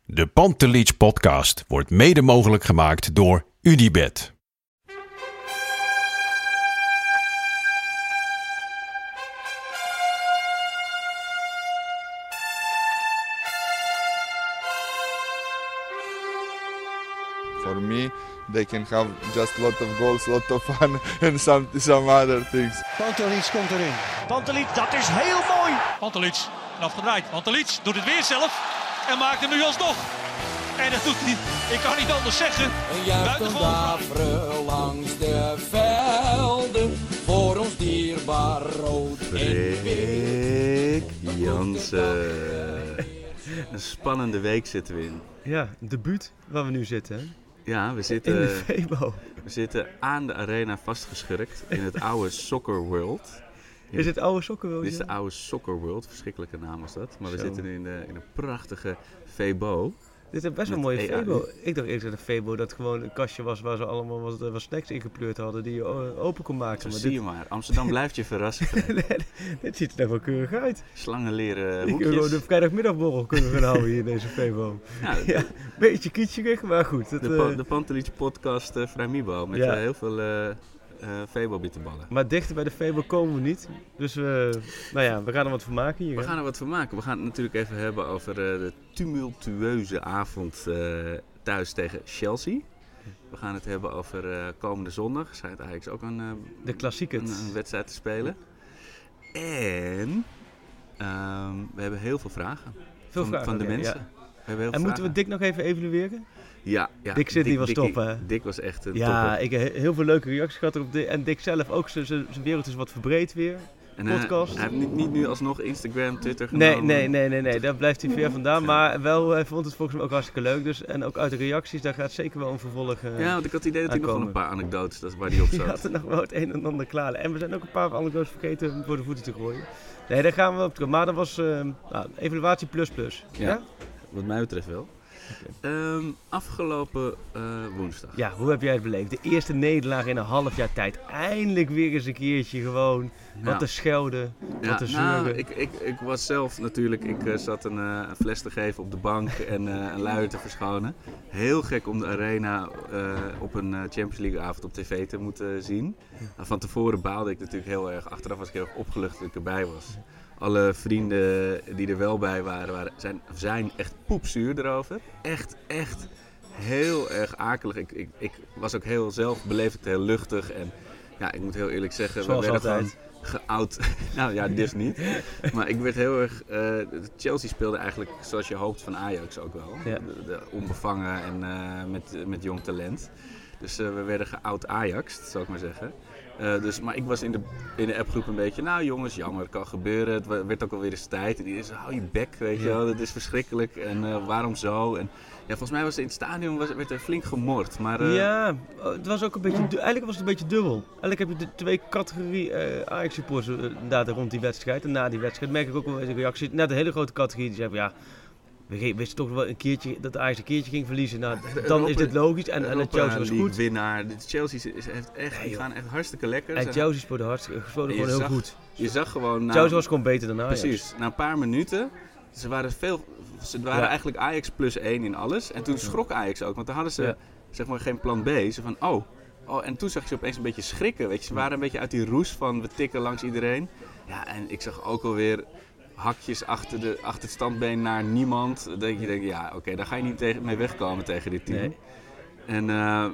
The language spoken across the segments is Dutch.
De Pantelich podcast wordt mede mogelijk gemaakt door UdiBet. For me, they can have just a lot of goals, a lot of fun and some other things. Pantelich komt erin. Pantelich, dat is heel mooi. Pantelich, en afgedraaid. Pantelich doet het weer zelf en maakt hem nu alsnog. En dat doet hij, ik kan niet anders zeggen. Een juichend daveren langs de velden, voor ons dierbaar rood en wit. Jansen. Een spannende week zitten we in. Ja, een debuut waar we nu zitten. Hè? Ja, we In zitten, de Febo. we zitten aan de arena vastgeschurkt in het oude Soccer World. Is het oude sokken wel? Dit is de oude Soccer World, verschrikkelijke naam was dat. Maar we Zo. zitten nu in een prachtige Febo. Dit is best wel een Met mooie EAU. Febo. Ik dacht eerst dat een Febo dat gewoon een kastje was waar ze allemaal wat snacks ingepleurd hadden die je open kon maken. Zo Maar zie je maar. Amsterdam blijft je verrassen. dit ziet er nog wel keurig uit. Slangenleren Ik kan gewoon de hoekjes. vrijdagmiddagborrel kunnen gaan houden hier in deze Febo. Ja, Ja, beetje kietjerig, maar goed. de Pantelich podcast Vrijmibo met Ja. heel veel Febo bitterballen. Maar dichter bij de Febo komen we niet. Dus nou ja, we gaan er wat van maken hier. We hè? gaan er wat van maken. We gaan het natuurlijk even hebben over de tumultueuze avond thuis tegen Chelsea. We gaan het hebben over komende zondag. Schijnt eigenlijk ook De klassieker. een wedstrijd te spelen. En we hebben heel veel vragen. Veel vragen van de ook, ja. mensen. Ja. We hebben heel En veel moeten we Dick nog even evalueren? Ja. Dick zit niet was top, hè? Dick was echt een Ja, topper. ik heb heel veel leuke reacties gehad erop. En Dick zelf ook, zijn wereld is wat verbreed weer. En, podcast. hij heeft niet nu alsnog Instagram, Twitter genomen. Nee, daar blijft hij ver vandaan. Maar wel, hij vond het volgens mij ook hartstikke leuk. Dus, en ook uit de reacties, daar gaat zeker wel een vervolg Ja, want ik had het idee dat hij nog wel een aankomen. paar anekdotes waar hij op Je zat. had er nog wel het een en ander klaar. En we zijn ook een paar anekdotes vergeten voor de voeten te gooien. Nee, daar gaan we op terug. Maar dat was evaluatie plus. Ja. Wat mij betreft wel. Afgelopen woensdag. Ja, hoe heb jij het beleefd? De eerste nederlaag in een half jaar tijd. Eindelijk weer eens een keertje gewoon wat te schelden, wat te zeuren. Ik was zelf natuurlijk, ik zat een fles te geven op de bank en een luier te verschonen. Heel gek om de arena op een Champions League avond op tv te moeten zien. Van tevoren baalde ik natuurlijk heel erg, achteraf was ik heel erg opgelucht dat ik erbij was. Alle vrienden die er wel bij waren zijn echt poepzuur erover. Echt heel erg akelig. Ik was ook heel zelf, beleefd het heel luchtig. En ja, ik moet heel eerlijk zeggen, Zoals we werden altijd. gewoon geout. Nou ja, dus niet. Maar ik werd heel erg... Chelsea speelde eigenlijk zoals je hoopt van Ajax ook wel. Ja. De onbevangen en met jong talent. Dus we werden geout Ajax, zal ik maar zeggen. Maar ik was in de appgroep een beetje, nou jongens, jammer, het kan gebeuren. Het werd ook alweer eens tijd. En die zei, hou je bek, weet je wel, dat is verschrikkelijk. En waarom zo? En ja, volgens mij was het in het stadion werd er flink gemord. Maar, Ja, het was ook een beetje, eigenlijk was het een beetje dubbel. Eigenlijk heb je de twee categorie Ajax-supporters inderdaad rond die wedstrijd. En na die wedstrijd merk ik ook wel eens een reactie. Net een hele grote categorie die zeggen, ja, we wisten toch wel een keertje dat Ajax een keertje ging verliezen. Nou, dan is dit logisch. En de Chelsea was goed. Winnaar. De Chelsea heeft echt, die gaan echt hartstikke lekker. En Chelsea speelde gewoon heel goed. Je zag gewoon... Chelsea was gewoon beter dan Ajax. Precies. Na een paar minuten, ze waren eigenlijk Ajax +1 in alles. En toen schrok Ajax ook, want dan hadden ze zeg maar geen plan B. Ze van, oh, en toen zag je ze opeens een beetje schrikken. Weet je. Ze waren een beetje uit die roes van we tikken langs iedereen. Ja, en ik zag ook alweer hakjes achter het standbeen naar niemand. Dat je denkt, ja, oké, daar ga je niet mee wegkomen tegen dit team. Nee. En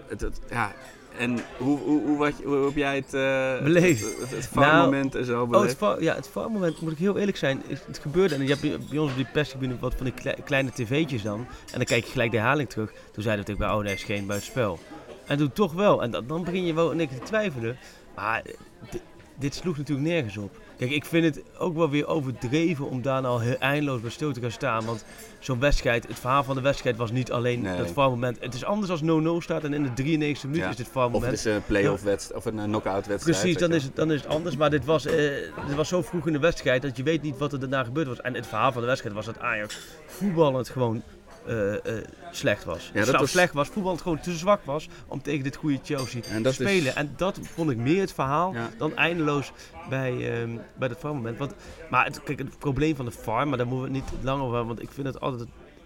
en hoe heb jij het Beleefd? Het VAR-moment en zo beleefd? Het VAR-moment, moet ik heel eerlijk zijn, het gebeurde. En je hebt bij ons op die perstribune wat van die kleine tv'tjes dan. En dan kijk je gelijk de herhaling terug. Toen zeiden we tegen mij, nee, is geen buitenspel. En toen toch wel. En dan begin je wel een keer te twijfelen. Maar dit sloeg natuurlijk nergens op. Kijk, ik vind het ook wel weer overdreven om daar nou heel eindeloos bij stil te gaan staan. Want zo'n wedstrijd, het verhaal van de wedstrijd was niet alleen dat VAR-moment. Het is anders als 0-0 staat en in de 93e minuut is dit VAR-moment. Of het is een play-off wedstrijd of een knock-out wedstrijd. Precies, dan is het anders. Maar dit was zo vroeg in de wedstrijd dat je weet niet wat er daarna gebeurd was. En het verhaal van de wedstrijd was dat Ajax voetballend gewoon slecht was. Ja, slecht was, voetballend gewoon te zwak was om tegen dit goede Chelsea te spelen. En dat vond ik meer het verhaal dan eindeloos bij dat VAR-moment. Maar kijk, het probleem van de VAR, maar daar moeten we het niet lang over hebben, want ik vind het altijd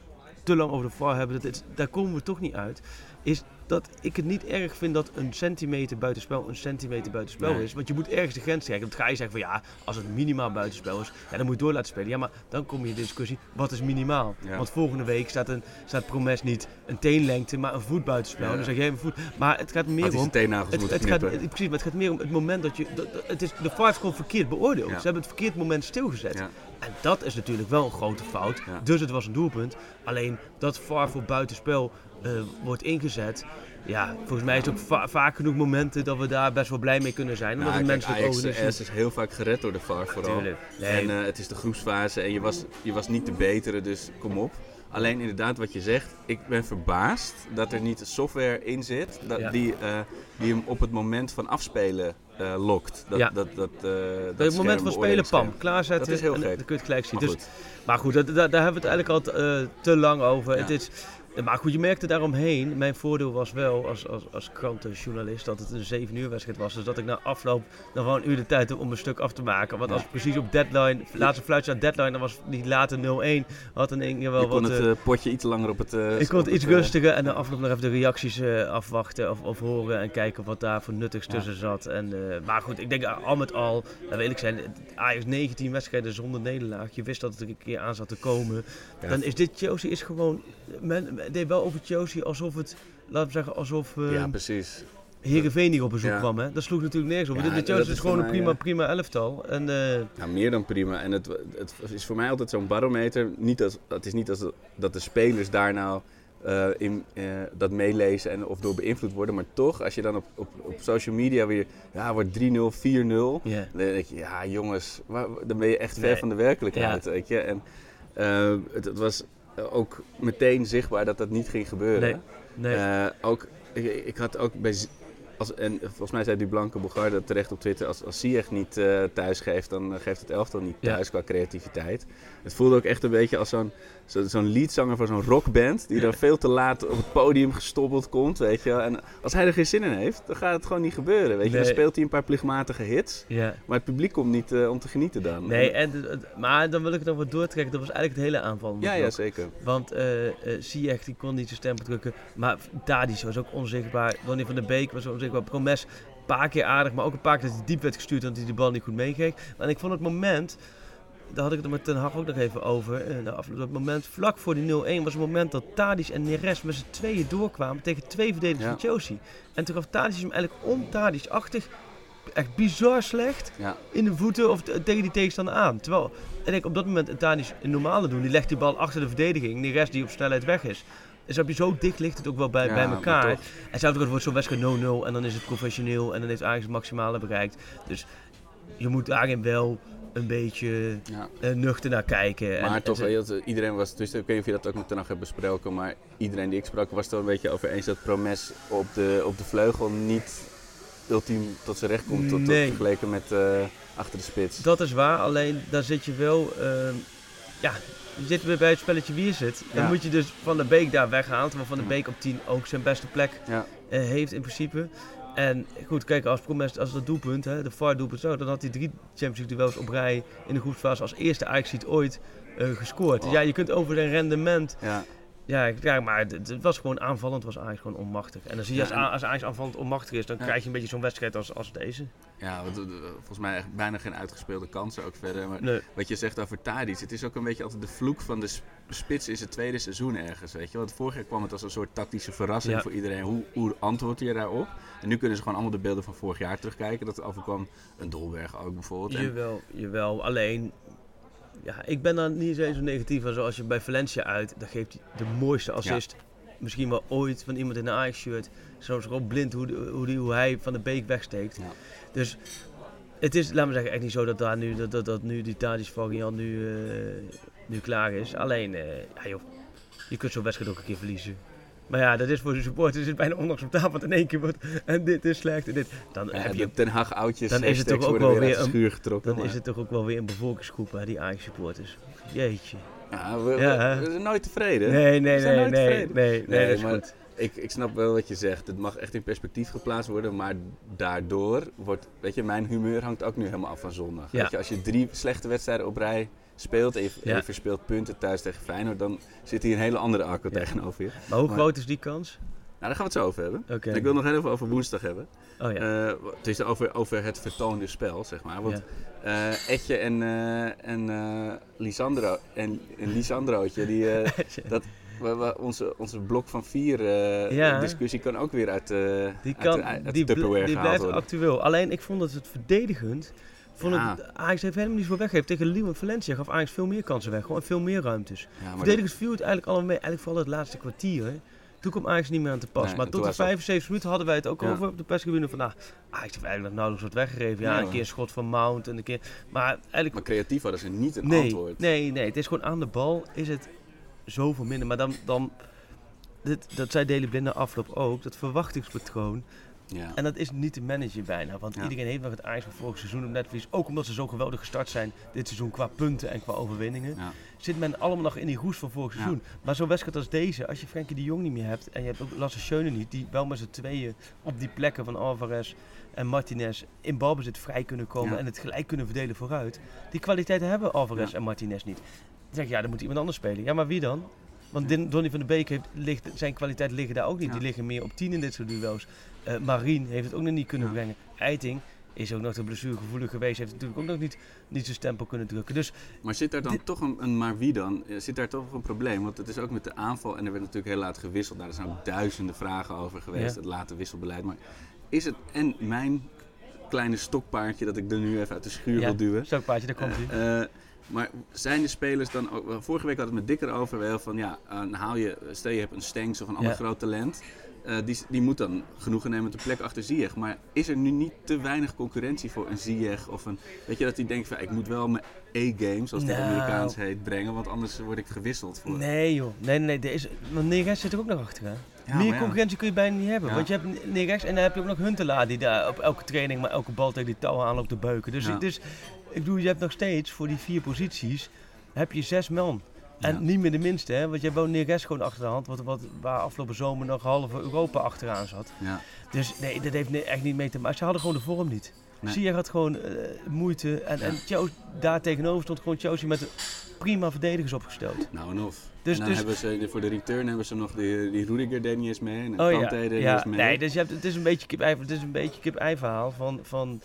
te lang over de VAR hebben, daar komen we toch niet uit, is dat ik het niet erg vind dat een centimeter buitenspel is. Want je moet ergens de grens trekken. Dan ga je zeggen van als het minimaal buitenspel is, dan moet je door laten spelen. Ja, maar dan kom je in de discussie, wat is minimaal? Ja. Want volgende week staat Promes niet een teenlengte, maar een voet buitenspel. Ja. Dan zeg jij een voet. Maar het gaat meer om... Precies, maar het gaat meer om het moment dat je... de VAR heeft gewoon verkeerd beoordeeld. Ja. Ze hebben het verkeerd moment stilgezet. Ja. En dat is natuurlijk wel een grote fout. Ja. Dus het was een doelpunt. Alleen dat VAR voor buitenspel wordt ingezet. Ja, volgens mij is het ook vaak genoeg momenten dat we daar best wel blij mee kunnen zijn. Omdat Ajax is heel vaak gered door de VAR vooral. Nee. En het is de groepsfase en je was niet de betere, dus kom op. Alleen inderdaad wat je zegt, ik ben verbaasd dat er niet software in zit die hem op het moment van afspelen lokt. Dat het moment van spelen, klaarzetten, dat is heel en gek. dan kun je het gelijk zien. Maar goed, daar hebben we het eigenlijk al te lang over. Ja. Maar goed, je merkte daaromheen, mijn voordeel was wel als krantenjournalist dat het een 7 uur wedstrijd was. Dus dat ik na afloop nog wel een uur de tijd heb om een stuk af te maken. Want als ik precies op deadline, laatste fluitje aan deadline, dan was die late 0-1. Had in één keer wel je kon het potje iets langer op het... ik kon het iets rustiger en na afloop nog even de reacties afwachten of horen en kijken wat daar voor nuttigs tussen zat. Maar goed, ik denk al met al, laten we eerlijk zijn, Ajax 19 wedstrijden zonder nederlaag. Je wist dat het er een keer aan zat te komen. Ja. Dan is dit Chelsea is gewoon... Men deed wel over Chelsea alsof het, laten we zeggen, alsof precies. Heerenveen niet op bezoek kwam. Hè? Dat sloeg natuurlijk nergens op. De Chelsea is gewoon een prima elftal. En, meer dan prima. En het is voor mij altijd zo'n barometer. Het is niet dat de spelers daar nou dat meelezen of door beïnvloed worden. Maar toch, als je dan op social media weer, wordt 3-0, 4-0. Dan denk je, jongens, dan ben je echt ver van de werkelijkheid. Ja. Weet je? En het was... ook meteen zichtbaar dat niet ging gebeuren. Nee. Ik had ook en volgens mij zei Blanke Bogarde terecht op Twitter, als Ziyech niet thuis geeft, dan geeft het elftal niet thuis qua creativiteit. Het voelde ook echt een beetje als zo'n leadzanger van zo'n rockband die dan veel te laat op het podium gestoppeld komt, weet je. En als hij er geen zin in heeft, dan gaat het gewoon niet gebeuren, weet je. Dan speelt hij een paar plichtmatige hits, maar het publiek komt niet om te genieten dan. Nee, maar dan wil ik het nog wat doortrekken. Dat was eigenlijk het hele aanval. Ja, zeker. Want Ziyech die kon niet zijn stem drukken, maar Tadic was ook onzichtbaar. Donny van der Beek was onzichtbaar. Promes een paar keer aardig, maar ook een paar keer dat hij diep werd gestuurd en dat hij de bal niet goed meekreeg. En ik vond het moment, daar had ik het met Ten Hag ook nog even over, dat moment vlak voor die 0-1 was het moment dat Tadic en Neres met z'n tweeën doorkwamen tegen 2 verdedigers van Chelsea. En toen gaf Tadic hem eigenlijk on-Tadic-achtig, echt bizar slecht, in de voeten of tegen die tegenstander aan. Terwijl, op dat moment Tadic een normale doen, die legt die bal achter de verdediging, Neres die op snelheid weg is. Dus heb je zo dicht ligt het ook wel bij elkaar. En zou het wordt zo'n wedstrijd 0-0 en dan is het professioneel en dan heeft Ajax het maximale bereikt. Dus je moet daarin wel een beetje nuchter naar kijken. Maar toch, iedereen was, dus ik weet niet of je dat ook met Ten Hag hebt besproken, maar iedereen die ik sprak was het er een beetje over eens dat Promes op de vleugel niet ultiem tot zijn recht komt, tot vergeleken met achter de spits. Dat is waar, alleen daar zit je wel... je zit weer bij het spelletje wie is het. Dan moet je dus Van der Beek daar weghalen. Terwijl Van der Beek op 10 ook zijn beste plek heeft in principe. En goed, kijk, als dat doelpunt, de VAR doelpunt zo, dan had hij 3 Champions League duels op rij in de groepsfase als eerste Ajax ooit gescoord. Dus je kunt over een rendement... Ja, maar het was gewoon aanvallend, was Ajax gewoon onmachtig. En dan zie je als Ajax aanvallend onmachtig is, dan krijg je een beetje zo'n wedstrijd als deze. Ja, volgens mij echt bijna geen uitgespeelde kansen ook verder. Maar wat je zegt over Tadic, het is ook een beetje altijd de vloek van de spits in zijn tweede seizoen ergens, weet je. Want vorig jaar kwam het als een soort tactische verrassing voor iedereen. Hoe antwoordt je daarop? En nu kunnen ze gewoon allemaal de beelden van vorig jaar terugkijken. Dat er overkwam een Dolberg ook bijvoorbeeld. Jawel, alleen... Ja, ik ben daar niet zo negatief van. Zoals je bij Valencia uit, dan geeft hij de mooiste assist. Misschien wel ooit van iemand in een Ajax-shirt. Soms gewoon blind hoe hij Van de Beek wegsteekt. Ja. Dus het is, laat me zeggen, echt niet zo dat nu die Tadic variant nu klaar is. Alleen, je kunt zo'n wedstrijd ook een keer verliezen. Maar ja, dat is voor de supporters is bijna onacceptabel, want in één keer wordt en dit is slecht en dit. Dan heb je Ten Hag oudjes. Dan is het toch ook wel weer schuur getrokken. Dan is het toch ook wel weer een bevolkingsgroep, die Ajax supporters. Jeetje. Ja, we zijn nooit tevreden. Nee, maar goed. Ik snap wel wat je zegt. Het mag echt in perspectief geplaatst worden, maar daardoor wordt, weet je, mijn humeur hangt ook nu helemaal af van zondag. Ja. Weet je, als je 3 slechte wedstrijden op rij speelt en je verspeelt punten thuis tegen Feyenoord, dan zit hier een hele andere Arco tegenover je. Maar hoe groot is die kans? Nou, daar gaan we het zo over hebben. Okay. Ik wil nog heel veel over woensdag hebben. Oh, ja. Het is over het vertoonde spel, zeg maar. Want Etje en Lisandrootje, onze blok van 4 discussie kan ook weer uit de Tupperware gehaald blijft worden. actueel. Alleen ik vond dat het verdedigend. Ajax heeft helemaal niet zoveel weggegeven. Tegen Lille en Valencia gaf Ajax veel meer kansen weg. Gewoon veel meer ruimtes. Verdedigend viel het eigenlijk allemaal mee. Eigenlijk vooral het laatste kwartier. Hè. Toen kwam Ajax niet meer aan te pas. Maar tot de 75 minuten hadden wij het ook over op de perstribune. Van Ajax heeft eigenlijk nauwelijks wat weggegeven. Ja, een keer een schot van Mount en een keer... Maar creatief hadden ze niet een antwoord. Nee. Het is gewoon aan de bal is het zoveel minder. Maar dan dat zei Daley Blind na afloop ook. Dat verwachtingspatroon. Ja. En dat is niet te managen bijna. Want iedereen heeft nog het Ajax van vorig seizoen op netvlies. Ook omdat ze zo geweldig gestart zijn dit seizoen qua punten en qua overwinningen. Ja. Zit men allemaal nog in die roes van vorig seizoen. Maar zo'n wedstrijd als deze, als je Frenkie de Jong niet meer hebt. En je hebt ook Lasse Schöne niet. Die wel met z'n tweeën op die plekken van Alvarez en Martinez in balbezit vrij kunnen komen. En het gelijk kunnen verdelen vooruit. Die kwaliteiten hebben Alvarez en Martinez niet. Dan zeg je, dan moet iemand anders spelen. Ja, maar wie dan? Want Donny van de Beek zijn kwaliteiten liggen daar ook niet. Die liggen meer op 10 in dit soort duels. Marien heeft het ook nog niet kunnen brengen. Eiting is ook nog de blessuregevoelig geweest. Heeft natuurlijk ook nog niet zijn stempel kunnen drukken. Dus maar zit daar dan toch een maar wie dan? Zit daar toch een probleem? Want het is ook met de aanval. En er werd natuurlijk heel laat gewisseld. Daar zijn ook duizenden vragen over geweest. Het late wisselbeleid. Maar is het en mijn kleine stokpaardje dat ik er nu even uit de schuur wil duwen. Stokpaardje, daar komt hij. Maar zijn de spelers dan ook... Vorige week had het met Dikker over wel van dan haal je... Stel je hebt een Stengs of een ander groot talent. Die moet dan genoegen nemen met de plek achter Ziyech. Maar is er nu niet te weinig concurrentie voor een Ziyech of een... Weet je dat hij denkt van ik moet wel mijn A-game, zoals het Amerikaans heet, brengen. Want anders word ik gewisseld. Nee joh. Nee. Want Neres zit er ook nog achteraan. Meer concurrentie kun je bijna niet hebben. Want je hebt Neres en dan heb je ook nog Huntelaar die daar op elke training maar elke bal tegen die touw aanloopt te beuken. Dus ik bedoel, je hebt nog steeds voor die 4 posities heb je 6 man. En niet meer de minste, hè? Want je hebt wel Neres gewoon achter de hand, waar afgelopen zomer nog halve Europa achteraan zat. Ja. Dus nee, dat heeft echt niet mee te maken. Ze hadden gewoon de vorm niet. Nee. Ziyech had gewoon moeite en daar tegenover stond gewoon Chelsea met prima verdedigers opgesteld. Nou en of. Dus hebben ze voor de return hebben ze nog die Rudiger deed niet eens mee en Kante deed niet eens mee. Nee, dus het is een beetje kip-ei verhaal van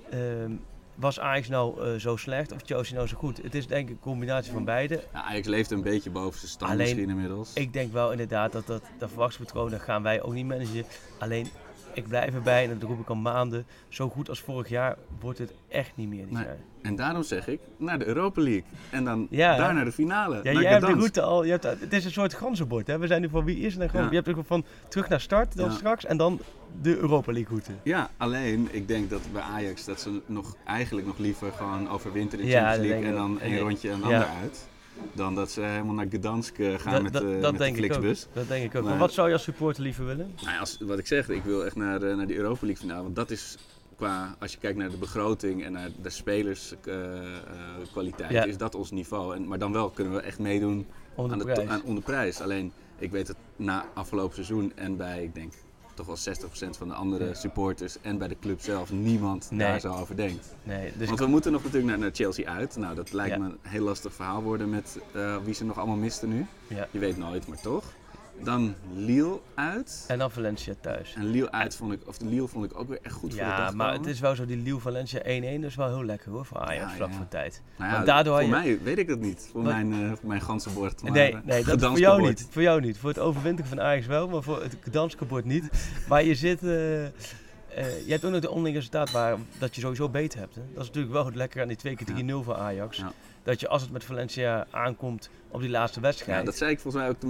was Ajax nou zo slecht of Chelsea nou zo goed? Het is denk ik een combinatie van beide. Ja, Ajax leeft een beetje boven zijn stand misschien inmiddels. Ik denk wel inderdaad dat verwachtingspatroon, dat gaan wij ook niet managen. Alleen, ik blijf erbij en dat roep ik al maanden. Zo goed als vorig jaar wordt het echt niet meer dit jaar. En daarom zeg ik, naar de Europa League. En dan daar naar de finale. Ja, jij hebt de route al. Het is een soort ganzenbord. Hè? We zijn nu van wie is en dan gewoon. Je hebt ook van terug naar start dan straks en dan de Europa League route. Ja, alleen ik denk dat bij Ajax dat ze eigenlijk nog liever gewoon overwinteren in de Champions League en dan een rondje en ander uit. Dan dat ze helemaal naar Gdansk gaan met de Flixbus. Dat denk ik ook. Maar wat zou je als supporter liever willen? Nou, wat ik zeg, ik wil echt naar die Europa League finale. Want dat is als je kijkt naar de begroting en naar de spelerskwaliteit, is dat ons niveau. Maar dan wel kunnen we echt meedoen aan de prijs. Alleen, ik weet het na afgelopen seizoen en bij, ik denk, toch wel 60% van de andere supporters en bij de club zelf niemand daar zo over denkt. Nee, dus want we moeten nog natuurlijk naar Chelsea uit. Nou, dat lijkt me een heel lastig verhaal worden met wie ze nog allemaal misten nu. Ja. Je weet nooit, maar toch. Dan Lille uit. En dan Valencia thuis. En Lille uit vond ik ook weer echt goed voor de dag. Ja, maar het is wel zo, die Lille-Valencia 1-1 is wel heel lekker hoor, voor Ajax vlak voor tijd. Nou ja, daardoor voor mij weet ik dat niet, voor mijn ganzenbord. Nee, dat is voor jou niet. Voor jou niet. Voor het overwinteren van Ajax wel, maar voor het Gdanske bord niet. Maar je zit... je hebt ook nog de onderlinge resultaat dat je sowieso beter hebt. Hè? Dat is natuurlijk wel het lekker aan die 2 keer 3-0 voor Ajax. Ja. Dat je als het met Valencia aankomt op die laatste wedstrijd. Ja, dat zei ik volgens mij ook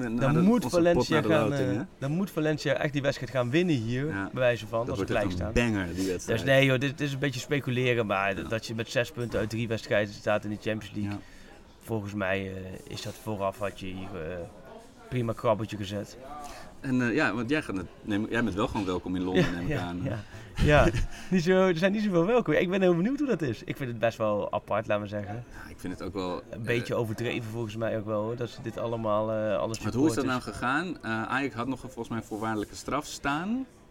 dan moet Valencia echt die wedstrijd gaan winnen hier, bij wijze van, als het gelijk staat. Banger, die wedstrijd. Dus nee joh, dit is een beetje speculeren, maar dat je met 6 punten uit 3 wedstrijden staat in de Champions League. Ja. Volgens mij is dat vooraf, had je hier prima krabbeltje gezet. En want jij bent wel gewoon welkom in Londen, neem ik aan. Ja. Er zijn niet zoveel welkom. Ik ben heel benieuwd hoe dat is. Ik vind het best wel apart, laten we zeggen. Ja, ik vind het ook wel... Een beetje overdreven volgens mij ook wel, hoor. Dat ze dit allemaal alles maar hoe is dat nou gegaan? Ajax had nog volgens mij een voorwaardelijke straf staan.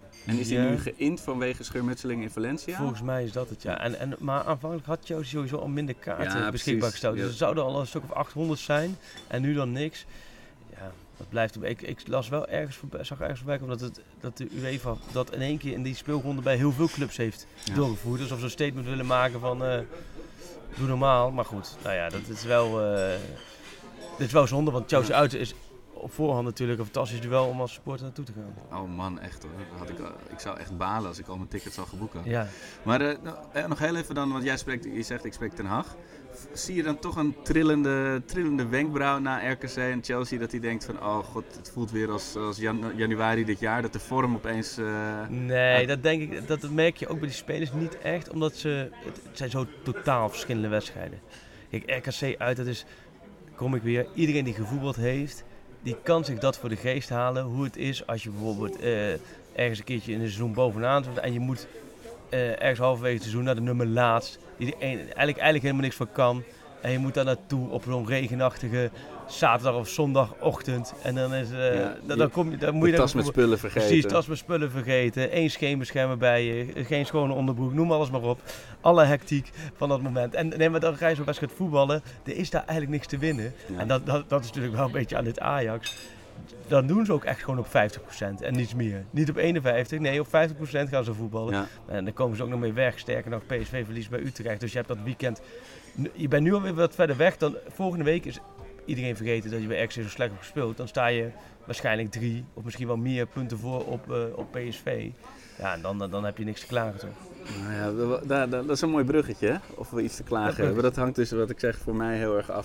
En is hij nu geïnd vanwege schermutselingen in Valencia? Volgens mij is dat het, ja. Maar aanvankelijk had Chelsea sowieso al minder kaarten beschikbaar gesteld. Dus er zouden al een stuk of 800 zijn en nu dan niks. Ja, dat blijft. Ik las wel zag ergens voorbij komen dat de UEFA dat in één keer in die speelronde bij heel veel clubs heeft doorgevoerd. Alsof ze een statement willen maken van doe normaal. Maar goed, nou ja, dat is wel, dit is wel zonde, want Chelsea uit is op voorhand natuurlijk een fantastisch duel om als supporter naartoe te gaan. Oh man, echt hoor. Ik zou echt balen als ik al mijn tickets zou geboeken. Ja. Maar nog heel even dan, want je zegt ik spreek Ten Hag. Zie je dan toch een trillende wenkbrauw na RKC en Chelsea dat hij denkt van oh god, het voelt weer als januari dit jaar, dat de vorm opeens... Nee, dat denk ik, dat merk je ook bij die spelers niet echt, omdat het zijn zo totaal verschillende wedstrijden. Kijk, RKC uit, dat is, kom ik weer, iedereen die gevoetbald heeft, die kan zich dat voor de geest halen, hoe het is als je bijvoorbeeld ergens een keertje in een seizoen bovenaan zit en je moet ergens halverwege het seizoen naar de nummer laatst, die eigenlijk helemaal niks van kan. En je moet daar naartoe op zo'n regenachtige zaterdag of zondagochtend. En dan is dan moet je tas met spullen vergeten. Precies, tas met spullen vergeten. 1 scheenbeschermer bij je, geen schone onderbroek, noem alles maar op. Alle hectiek van dat moment. En maar dan ga je zo'n wedstrijd voetballen. Er is daar eigenlijk niks te winnen. Ja. En dat is natuurlijk wel een beetje aan dit Ajax. Dan doen ze ook echt gewoon op 50% en niets meer. Niet op 51%, nee, op 50% gaan ze voetballen. Ja. En dan komen ze ook nog mee weg. Sterker nog, PSV verliest bij Utrecht. Dus je hebt dat weekend... Je bent nu alweer wat verder weg. Dan volgende week is iedereen vergeten dat je bij RKC zo slecht hebt gespeeld. Dan sta je waarschijnlijk 3 of misschien wel meer punten voor op PSV. Ja, en dan heb je niks te klagen, toch? Nou ja, dat is een mooi bruggetje, hè? Of we iets te klagen hebben. Dat hangt dus, wat ik zeg, voor mij heel erg af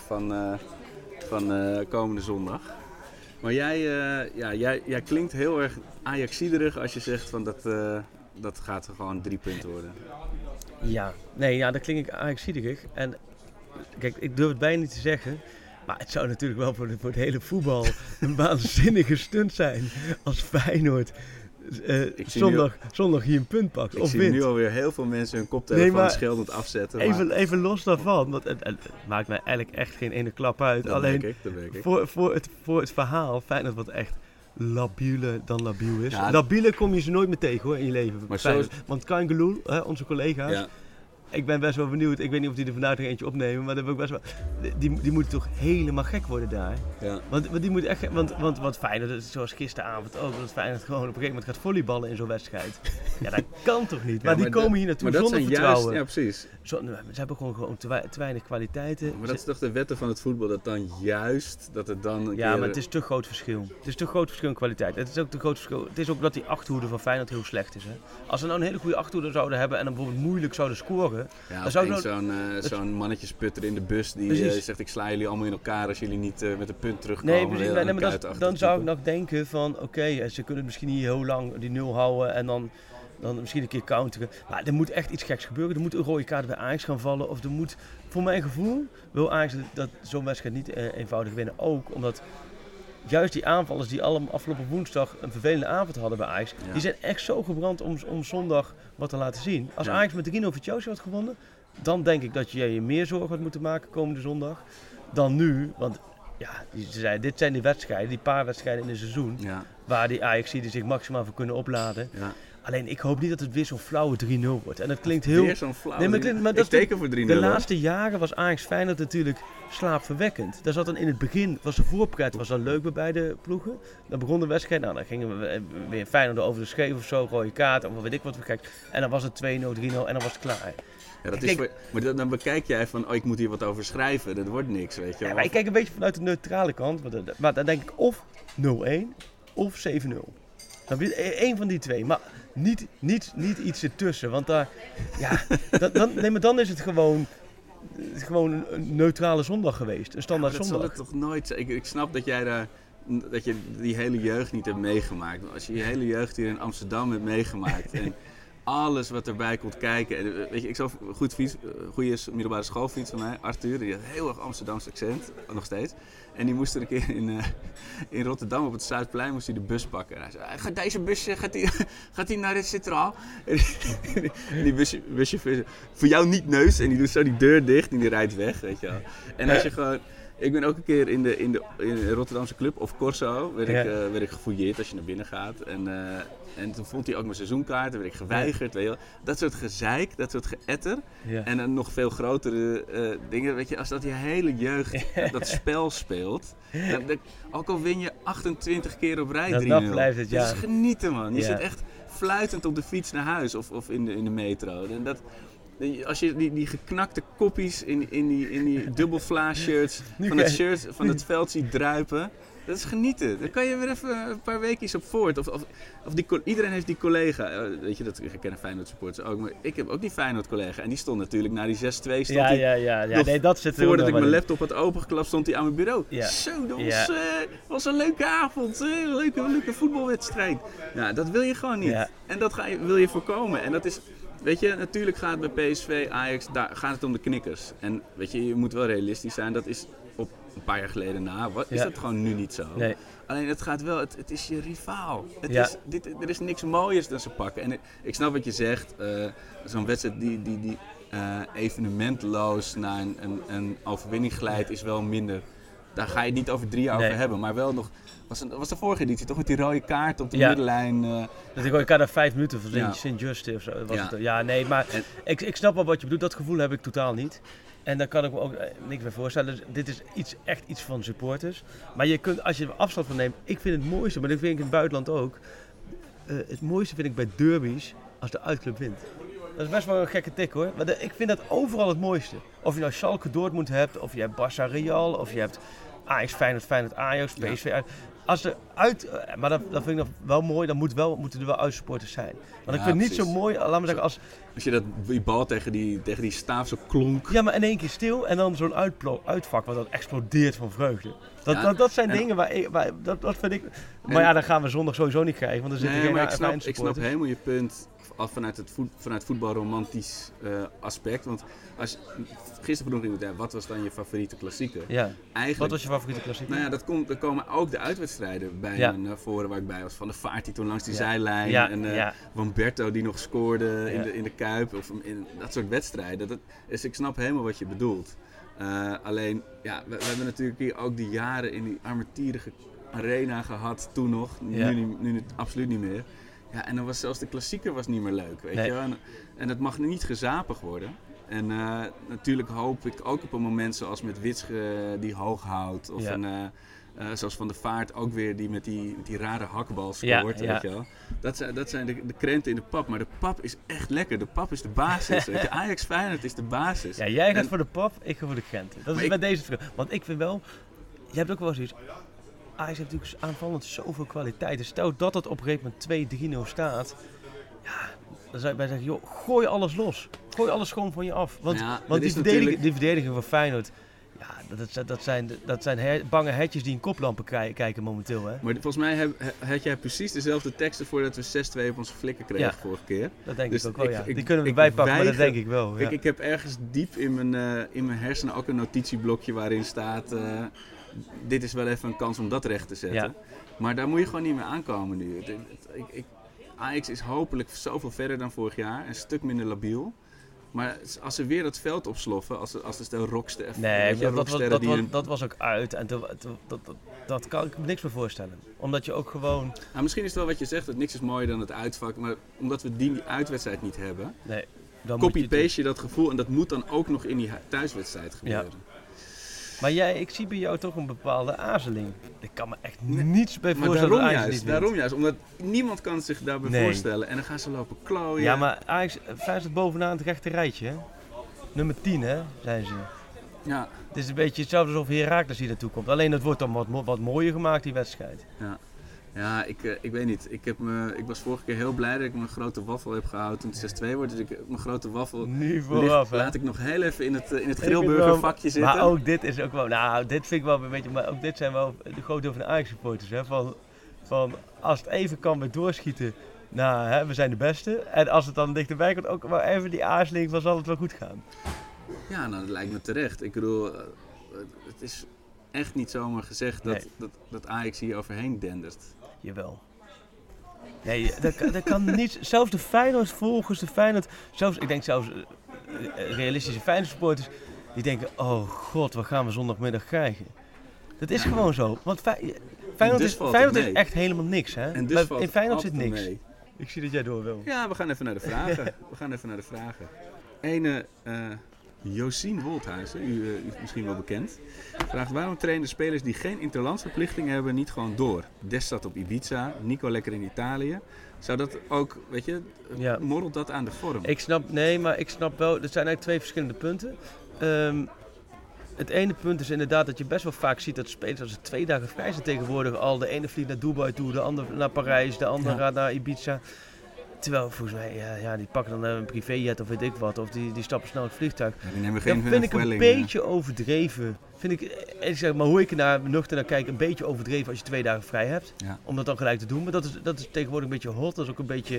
van komende zondag. Maar jij klinkt heel erg Ajaxiederig als je zegt van dat gaat gewoon 3 punten worden. Ja, dat klink ik Ajaxiederig. En kijk, ik durf het bijna niet te zeggen. Maar het zou natuurlijk wel voor het hele voetbal een waanzinnige stunt zijn als Feyenoord zondag hier een punt pakt. Ik zie nu alweer heel veel mensen hun koptelefoon scheldend afzetten. Even los daarvan, want het maakt mij eigenlijk echt geen ene klap uit. Dat alleen merk ik. Voor het verhaal, Feyenoord wat echt labieler dan labiel is. Ja, labieler kom je ze nooit meer tegen hoor in je leven. Maar want Kain Geloel, onze collega's... Ja. Ik ben best wel benieuwd. Ik weet niet of die er vandaag nog eentje opnemen, maar dat wil ik best wel. Die moeten toch helemaal gek worden daar. Ja. Want die moet echt. Want Feyenoord, zoals gisteravond ook, dat Feyenoord gewoon op een gegeven moment gaat volleyballen in zo'n wedstrijd. Ja, dat kan toch niet. Maar die komen hier naartoe zonder vertrouwen. Ja, precies. Ze hebben gewoon te weinig kwaliteiten. Maar dat is toch de wetten van het voetbal, dat dan juist dat het dan. Ja, maar het is te groot verschil. Het is te groot verschil in kwaliteit. Het is ook te groot verschil. Het is ook dat die achterhoede van Feyenoord heel slecht is. Hè? Als ze nou een hele goede achterhoede zouden hebben en dan bijvoorbeeld moeilijk zouden scoren. Ja, zo'n mannetjesputter in de bus die zegt ik sla jullie allemaal in elkaar als jullie niet met een punt terugkomen. Nee, maar dan zou ik nog denken van oké, ze kunnen misschien niet heel lang die 0 houden en dan misschien een keer counteren. Maar er moet echt iets geks gebeuren. Er moet een rode kaart bij Ajax gaan vallen. Of er moet, voor mijn gevoel, wil Ajax dat zo'n wedstrijd niet eenvoudig winnen. Ook omdat juist die aanvallers die allemaal afgelopen woensdag een vervelende avond hadden bij Ajax, die zijn echt zo gebrand om zondag wat te laten zien. Als Ajax met 3-0 voor Chelsea had gewonnen, dan denk ik dat je meer zorgen had moeten maken komende zondag dan nu. Want ze zeiden, dit zijn die wedstrijden, die paar wedstrijden in het seizoen, waar die Ajaxiden zich maximaal voor kunnen opladen. Ja. Alleen ik hoop niet dat het weer zo'n flauwe 3-0 wordt. En dat klinkt heel... Weer zo'n flauwe ik teken voor 3-0. De laatste jaren was Ajax Feyenoord natuurlijk slaapverwekkend. Daar zat dan in het begin, was de voorpret was dan leuk bij beide ploegen. Dan begon de wedstrijd, dan gingen we weer Feyenoord over de scheef of zo, rode kaart, of weet ik wat we kijken. En dan was het 2-0, 3-0 en dan was het klaar. Ja, dat is maar dan bekijk jij van, ik moet hier wat over schrijven, dat wordt niks, weet je wel. Ja, maar ik kijk een beetje vanuit de neutrale kant, maar dan denk ik of 0-1 of 7-0. Dan ben je één van die twee, maar niet iets ertussen, want daar, dan is het gewoon een neutrale zondag geweest, een standaard zondag. Dat zal het toch nooit zijn. Ik snap dat jij dat je die hele jeugd niet hebt meegemaakt. Als je hele jeugd hier in Amsterdam hebt meegemaakt en alles wat erbij komt kijken. Weet je, ik zag een goede middelbare schoolvriend van mij, Arthur, die had een heel erg Amsterdamse accent, nog steeds. En die moest er een keer in Rotterdam op het Zuidplein moest hij de bus pakken. En hij zei, deze bus gaat hij naar het Centraal. En die buschauffeur voor jou niet neus. En die doet zo die deur dicht en die rijdt weg, weet je wel. En als je gewoon... Ik ben ook een keer in de Rotterdamse club, of Corso, werd ik gefouilleerd als je naar binnen gaat. En toen vond hij ook mijn seizoenkaart, en werd ik geweigerd. Weet je wel. Dat soort gezeik, dat soort geëtter. Ja. En dan nog veel grotere dingen. Weet je, als dat je hele jeugd dat spel speelt. Ook al win je 28 keer op rij 3-0. Dat blijft het, ja. Dat is genieten, man. Je zit echt fluitend op de fiets naar huis of in de metro. En als je die geknakte koppies in die dubbelflaas shirts van het veld ziet druipen. Dat is genieten. Dan kan je weer even een paar weekjes op voort. Iedereen heeft die collega. Weet je, ik ken Feyenoord supporters ook. Maar ik heb ook die Feyenoord collega. En die stond natuurlijk na die 6-2. Nee, dat zit er voordat ik mijn laptop had opengeklapt, stond hij aan mijn bureau. Ja. Zo, dat was een leuke avond. Een leuke voetbalwedstrijd. Ja, dat wil je gewoon niet. Ja. En dat wil je voorkomen. En dat is... Weet je, natuurlijk gaat het bij PSV, Ajax, daar gaat het om de knikkers. En weet je moet wel realistisch zijn. Dat is op een paar jaar geleden is dat gewoon nu niet zo. Nee. Alleen het gaat wel, het is je rivaal. Er is niks mooiers dan ze pakken. En ik snap wat je zegt, zo'n wedstrijd die evenementloos naar een overwinning glijdt is wel minder. Daar ga je het niet over 3 jaar over hebben, maar wel nog... Was de vorige editie toch met die rode kaart op de middenlijn? Dat ik elkaar na 5 minuten van Sint-Just of zo. Maar ik snap wel wat je bedoelt. Dat gevoel heb ik totaal niet. En daar kan ik me ook niks bij voorstellen. Dus dit is echt iets van supporters. Maar je kunt, als je er afstand van neemt, ik vind het mooiste, maar dat vind ik in het buitenland ook. Het mooiste vind ik bij derbies als de uitclub wint. Dat is best wel een gekke tik hoor. Maar ik vind dat overal het mooiste. Of je nou Schalke Dortmund hebt, of je hebt Barça Real, of je hebt Ajax Feyenoord Ajax, PSV uit. Maar dat vind ik nog wel mooi, dan moeten er wel uitsupporters zijn. Want ik vind het niet zo mooi, laat me zeggen, als je die bal tegen die staaf zo klonk. Ja, maar in één keer stil en dan zo'n uitvak wat dan explodeert van vreugde. Dat zijn dingen waar dat vind ik... Maar ja, dan gaan we zondag sowieso niet krijgen, want er zitten geen supporters. Ik snap helemaal je punt vanuit voetbalromantisch aspect. Want gisteren vroeg iemand, wat was dan je favoriete klassieker? Ja. Wat was je favoriete klassieker? Nou ja, er komen ook de uitwedstrijden bij me naar voren waar ik bij was. Van de Vaart die toen langs die zijlijn. Wamberto die nog scoorde in de Kuip. Of in dat soort wedstrijden. Dus ik snap helemaal wat je bedoelt. Alleen, we hebben natuurlijk hier ook die jaren in die armetierige arena gehad. Toen nog. Nu absoluut niet meer. Ja, en dan was zelfs de klassieker niet meer leuk, weet je wel. En dat mag niet gezapig worden. En natuurlijk hoop ik ook op een moment zoals met Witsche die hoog houdt. Of zoals Van der Vaart ook weer die met die rare hakbal scoort, weet je wel. Dat zijn de krenten in de pap. Maar de pap is echt lekker. De pap is de basis. Weet je. Ajax Feyenoord is de basis. Ja, jij gaat voor de pap, ik ga voor de krenten. Dat is bij deze verschil. Want ik vind wel, je hebt ook wel zoiets... Ajax heeft natuurlijk aanvallend zoveel kwaliteit. Dus stel dat het op een gegeven moment 2-3-0 staat. Ja, dan zou je bij zeggen, joh, gooi alles los. Gooi alles gewoon van je af. Want die verdediging van Feyenoord... Ja, dat zijn bange hetjes die in koplampen kijken momenteel. Hè? Maar volgens mij had jij precies dezelfde teksten voordat we 6-2 op onze flikken kregen vorige keer. Dat denk ik ook wel, Die kunnen we erbij pakken, maar dat denk ik wel. Ik heb ergens diep in mijn hersenen ook een notitieblokje waarin staat... dit is wel even een kans om dat recht te zetten. Ja. Maar daar moet je gewoon niet meer aankomen nu. Ajax is hopelijk zoveel verder dan vorig jaar. Een stuk minder labiel. Maar als ze weer het veld opsloffen, als de stel Rockster... Dat was ook uit. En dat kan ik me niks meer voorstellen. Omdat je ook gewoon... Nou, misschien is het wel wat je zegt, dat niks is mooier dan het uitvak. Maar omdat we die uitwedstrijd niet hebben... Nee, copy-paste je dat gevoel. En dat moet dan ook nog in die thuiswedstrijd gebeuren. Ja. Maar ik zie bij jou toch een bepaalde aarzeling. Ik kan me echt niets bij voorstellen. Maar daarom juist, omdat niemand kan zich daarbij voorstellen. En dan gaan ze lopen klooien. Ja, maar Ajax staat bovenaan het rechte rijtje. Hè? Nummer 10, hè, zijn ze. Ja. Het is een beetje hetzelfde alsof Heracles hier naartoe komt. Alleen het wordt dan wat mooier gemaakt, die wedstrijd. Ja, ik weet niet. Ik was vorige keer heel blij dat ik mijn grote waffel heb gehouden toen het 6-2 wordt. Dus mijn grote waffel nu vooraf, laat ik nog heel even in het grillburger vakje zitten. Maar ook dit is ook wel... Nou, dit vind ik wel een beetje... Maar ook dit zijn wel de grote deel van de Ajax-supporters. Hè? Van als het even kan weer doorschieten... Nou, we zijn de beste. En als het dan dichterbij komt, ook wel even die aarzeling van zal het wel goed gaan. Ja, nou, dat lijkt me terecht. Ik bedoel, het is echt niet zomaar gezegd dat Ajax hier overheen dendert. Jawel. Nee, dat kan niet. Zelfs de Feyenoord volgers, zelfs, ik denk zelfs realistische Feyenoord supporters, die denken, oh god, wat gaan we zondagmiddag krijgen? Dat is gewoon zo. Want Feyenoord is echt helemaal niks, hè? En dus in Feyenoord zit niks. Mee. Ik zie dat jij door wil. Ja, we gaan even naar de vragen. Ene Josien Wolthuizen, u misschien wel bekend, vraagt: waarom trainen spelers die geen interlandsverplichting hebben niet gewoon door? Des zat op Ibiza, Nico lekker in Italië. Zou dat ook, weet je, morrelt dat aan de vorm? Ik snap wel, er zijn eigenlijk 2 verschillende punten. Het ene punt is inderdaad dat je best wel vaak ziet dat spelers als ze 2 dagen vrij zijn tegenwoordig al. De ene vliegt naar Dubai toe, de andere naar Parijs, de andere gaat naar Ibiza. Terwijl volgens mij, die pakken dan een privéjet of weet ik wat, of die stappen snel het vliegtuig. Ja, die nemen geen dat vind ik een beetje overdreven. Maar hoe ik er naar kijk, een beetje overdreven als je 2 dagen vrij hebt. Ja. Om dat dan gelijk te doen. Maar dat is tegenwoordig een beetje hot. Dat is ook een beetje